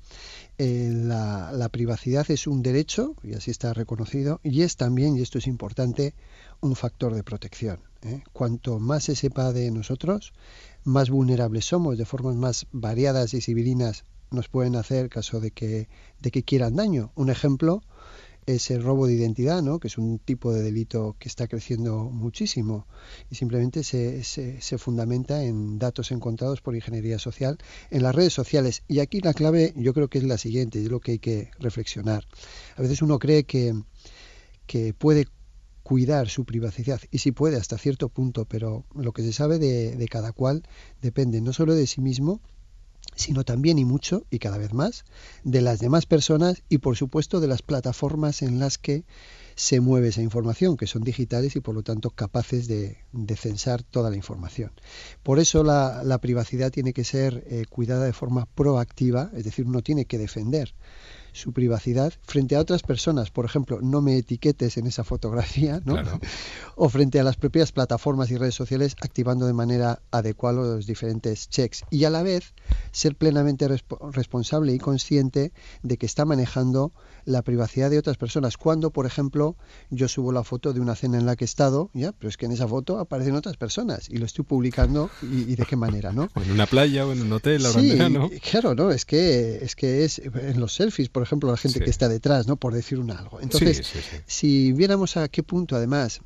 la privacidad es un derecho, y así está reconocido, y es también, y esto es importante, un factor de protección. Cuanto más se sepa de nosotros, más vulnerables somos, de formas más variadas y sibilinas nos pueden hacer caso de que quieran daño. Un ejemplo es el robo de identidad, ¿no?, que es un tipo de delito que está creciendo muchísimo y simplemente se fundamenta en datos encontrados por ingeniería social en las redes sociales. Y aquí la clave yo creo que es la siguiente, y es lo que hay que reflexionar. A veces uno cree que puede cuidar su privacidad, y sí puede hasta cierto punto, pero lo que se sabe de cada cual depende no solo de sí mismo, sino también y mucho, y cada vez más, de las demás personas y por supuesto de las plataformas en las que se mueve esa información, que son digitales y por lo tanto capaces de censar toda la información. Por eso la privacidad tiene que ser cuidada de forma proactiva, es decir, uno tiene que defender su privacidad frente a otras personas. Por ejemplo, no me etiquetes en esa fotografía, ¿no? Claro. O frente a las propias plataformas y redes sociales, activando de manera adecuada los diferentes checks, y a la vez ser plenamente responsable y consciente de que está manejando la privacidad de otras personas. Cuando, por ejemplo, yo subo la foto de una cena en la que he estado, ya, pero es que en esa foto aparecen otras personas y lo estoy publicando, y de qué manera, ¿no? O en una playa o en un hotel, ahora sí, en verano. Claro, ¿no? Es que es en los selfies, por ejemplo, la gente que está detrás, ¿no?, por decir algo. Entonces, si viéramos a qué punto además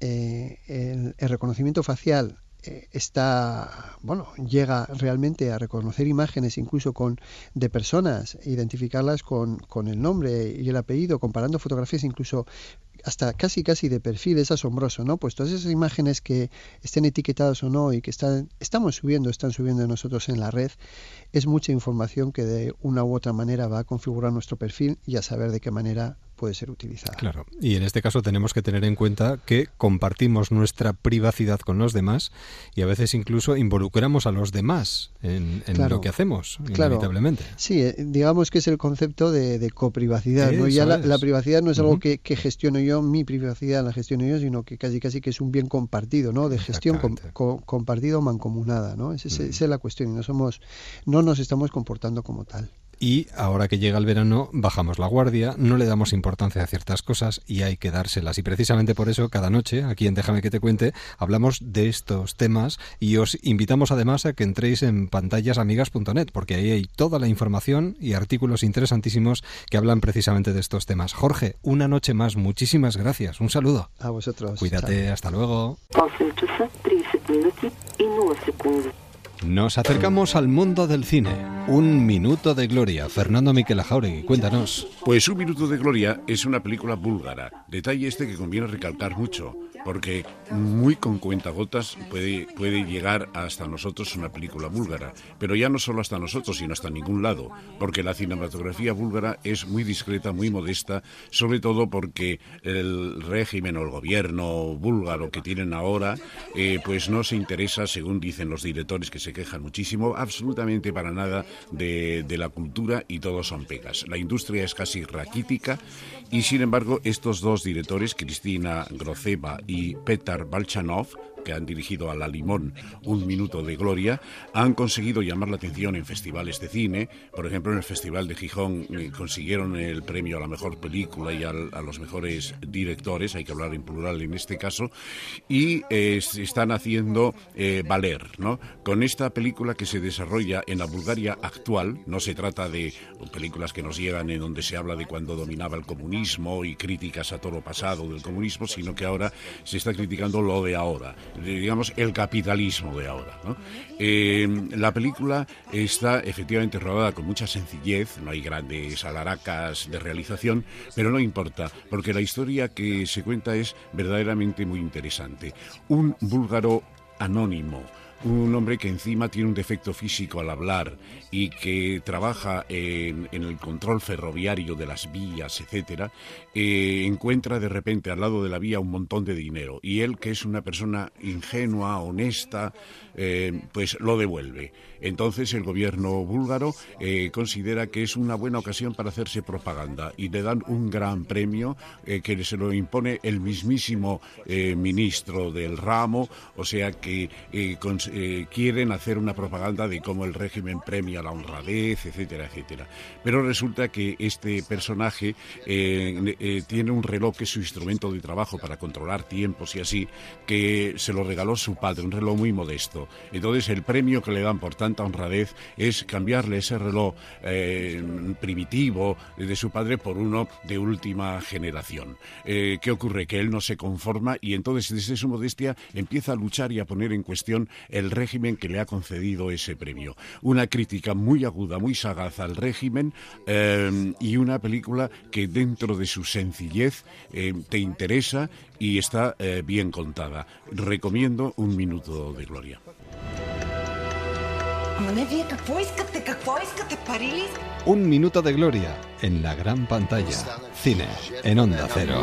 el reconocimiento facial llega realmente a reconocer imágenes incluso de personas, identificarlas con el nombre y el apellido, comparando fotografías incluso hasta casi de perfil, es asombroso, ¿no? Pues todas esas imágenes que estén etiquetadas o no y que están subiendo de nosotros en la red, es mucha información que de una u otra manera va a configurar nuestro perfil y a saber de qué manera puede ser utilizada. Claro, y en este caso tenemos que tener en cuenta que compartimos nuestra privacidad con los demás y a veces incluso involucramos a los demás en lo que hacemos, inevitablemente. Sí, digamos que es el concepto de coprivacidad, ¿no? Ya la privacidad no es algo que gestiono yo, mi privacidad la gestiono yo, sino que casi que es un bien compartido, ¿no? De gestión compartido o mancomunada, ¿no? Esa es la cuestión, y no nos estamos comportando como tal. Y ahora que llega el verano, bajamos la guardia, no le damos importancia a ciertas cosas y hay que dárselas. Y precisamente por eso, cada noche, aquí en Déjame que te cuente, hablamos de estos temas y os invitamos además a que entréis en pantallasamigas.net, porque ahí hay toda la información y artículos interesantísimos que hablan precisamente de estos temas. Jorge, una noche más, muchísimas gracias. Un saludo. A vosotros. Cuídate, chao. Hasta luego. Nos acercamos al mundo del cine. Un minuto de gloria. Fernando Miquel Jauregui, cuéntanos. Pues Un minuto de gloria es una película búlgara. Detalle este que conviene recalcar mucho. porque muy con cuentagotas puede llegar hasta nosotros una película búlgara, pero ya no solo hasta nosotros, sino hasta ningún lado, porque la cinematografía búlgara es muy discreta, muy modesta, sobre todo porque el régimen o el gobierno búlgaro que tienen ahora, pues no se interesa, según dicen los directores que se quejan muchísimo, absolutamente para nada de la cultura, y todos son pegas. La industria es casi raquítica, y sin embargo estos dos directores, Cristina Groceva y Petar Balchanov, que han dirigido a La Limón, Un minuto de gloria, han conseguido llamar la atención en festivales de cine. Por ejemplo, en el Festival de Gijón consiguieron el premio a la mejor película y a los mejores directores, hay que hablar en plural en este caso, y se están haciendo valer, ¿no? Con esta película que se desarrolla en la Bulgaria actual. No se trata de películas que nos llegan en donde se habla de cuando dominaba el comunismo y críticas a todo lo pasado del comunismo, sino que ahora se está criticando lo de ahora, digamos el capitalismo de ahora, ¿no? La película está efectivamente rodada con mucha sencillez, no hay grandes alaracas de realización, pero no importa, porque la historia que se cuenta es verdaderamente muy interesante. Un búlgaro anónimo, un hombre que encima tiene un defecto físico al hablar y que trabaja en el control ferroviario de las vías, etcétera, encuentra de repente al lado de la vía un montón de dinero, y él, que es una persona ingenua, honesta, pues lo devuelve. Entonces el gobierno búlgaro considera que es una buena ocasión para hacerse propaganda, y le dan un gran premio que se lo impone el mismísimo ministro del ramo, o sea que quieren hacer una propaganda de cómo el régimen premia la honradez, etcétera, etcétera. Pero resulta que este personaje tiene un reloj que es su instrumento de trabajo para controlar tiempos y así, que se lo regaló su padre, un reloj muy modesto. Entonces el premio que le dan por tanta honradez es cambiarle ese reloj primitivo de su padre por uno de última generación. ¿Qué ocurre? Que él no se conforma, y entonces desde su modestia empieza a luchar y a poner en cuestión el régimen que le ha concedido ese premio. Una crítica muy aguda, muy sagaz al régimen, y una película que dentro de su sencillez te interesa y está bien contada. Recomiendo Un minuto de gloria. Un minuto de gloria en la gran pantalla. Cine en Onda Cero.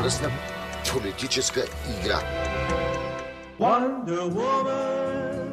Wonder Woman,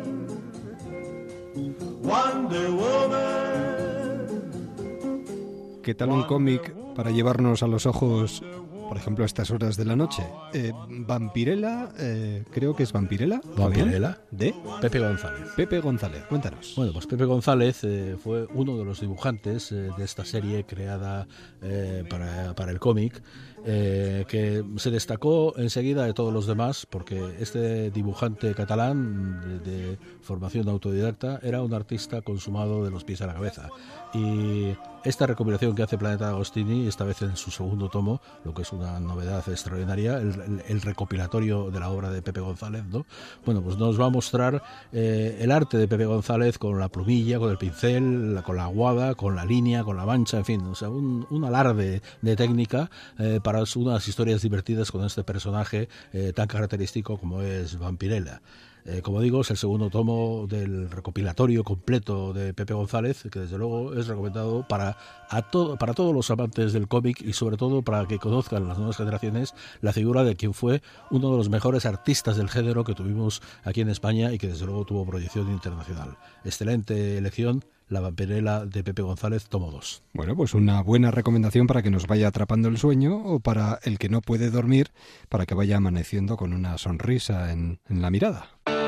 Wonder Woman. ¿Qué tal un cómic para llevarnos a los ojos, por ejemplo, a estas horas de la noche? Vampirella, creo que es Vampirella. Vampirella, de Pepe González. Pepe González, cuéntanos. Bueno, pues Pepe González fue uno de los dibujantes de esta serie creada para el cómic, que se destacó enseguida de todos los demás, porque este dibujante catalán de formación autodidacta era un artista consumado de los pies a la cabeza. Y esta recopilación que hace Planeta Agostini, esta vez en su segundo tomo, lo que es una novedad extraordinaria, el recopilatorio de la obra de Pepe González, ¿no? Bueno, pues nos va a mostrar el arte de Pepe González con la plumilla, con el pincel, con la aguada, con la línea, con la mancha, en fin, o sea, un alarde de técnica para unas historias divertidas con este personaje tan característico como es Vampirella. Como digo, es el segundo tomo del recopilatorio completo de Pepe González, que desde luego es recomendado para todos los amantes del cómic, y sobre todo para que conozcan las nuevas generaciones la figura de quien fue uno de los mejores artistas del género que tuvimos aquí en España y que desde luego tuvo proyección internacional. Excelente elección, La Vampirella de Pepe González, tomo 2. Bueno, pues una buena recomendación para que nos vaya atrapando el sueño, o para el que no puede dormir, para que vaya amaneciendo con una sonrisa en la mirada.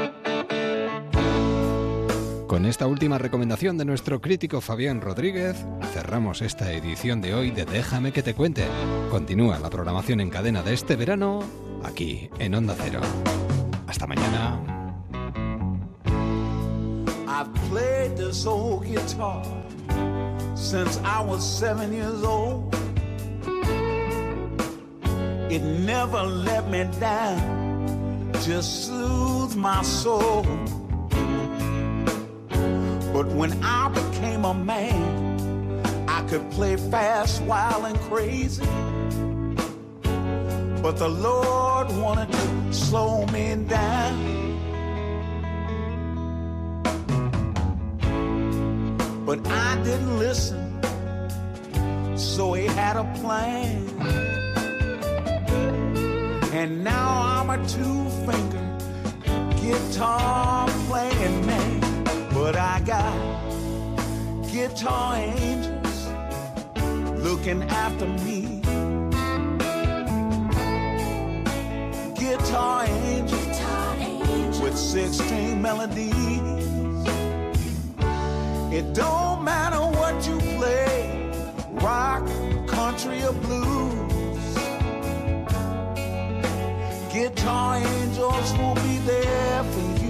Con esta última recomendación de nuestro crítico Fabián Rodríguez, cerramos esta edición de hoy de Déjame que te cuente. Continúa la programación en cadena de este verano, aquí en Onda Cero. Hasta mañana. I've played this old guitar since I was 7 years old. It never let me down, just soothes my soul. But when I became a man, I could play fast, wild, and crazy. but the Lord wanted to slow me down. But I didn't listen, so he had a plan. And now I'm a two-finger guitar playing man. But I got guitar angels looking after me. Guitar angels with 16 melodies. It don't matter what you play, rock, country or blues. Guitar angels will be there for you.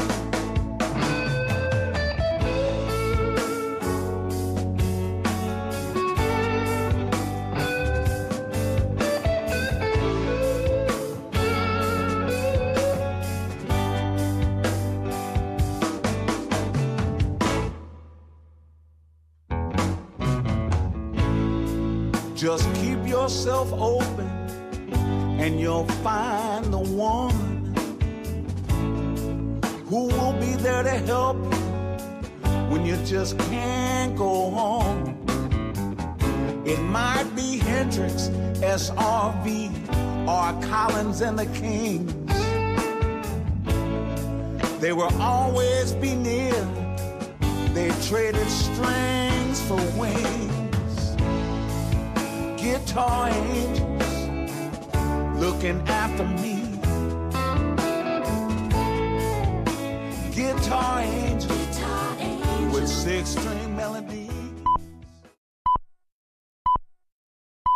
Just keep yourself open and you'll find the one who will be there to help you when you just can't go on. It might be Hendrix, SRV, or Collins and the Kings. They will always be near. They traded strings for wings. Guitar angels looking after me. Guitar angels with 6-string melody.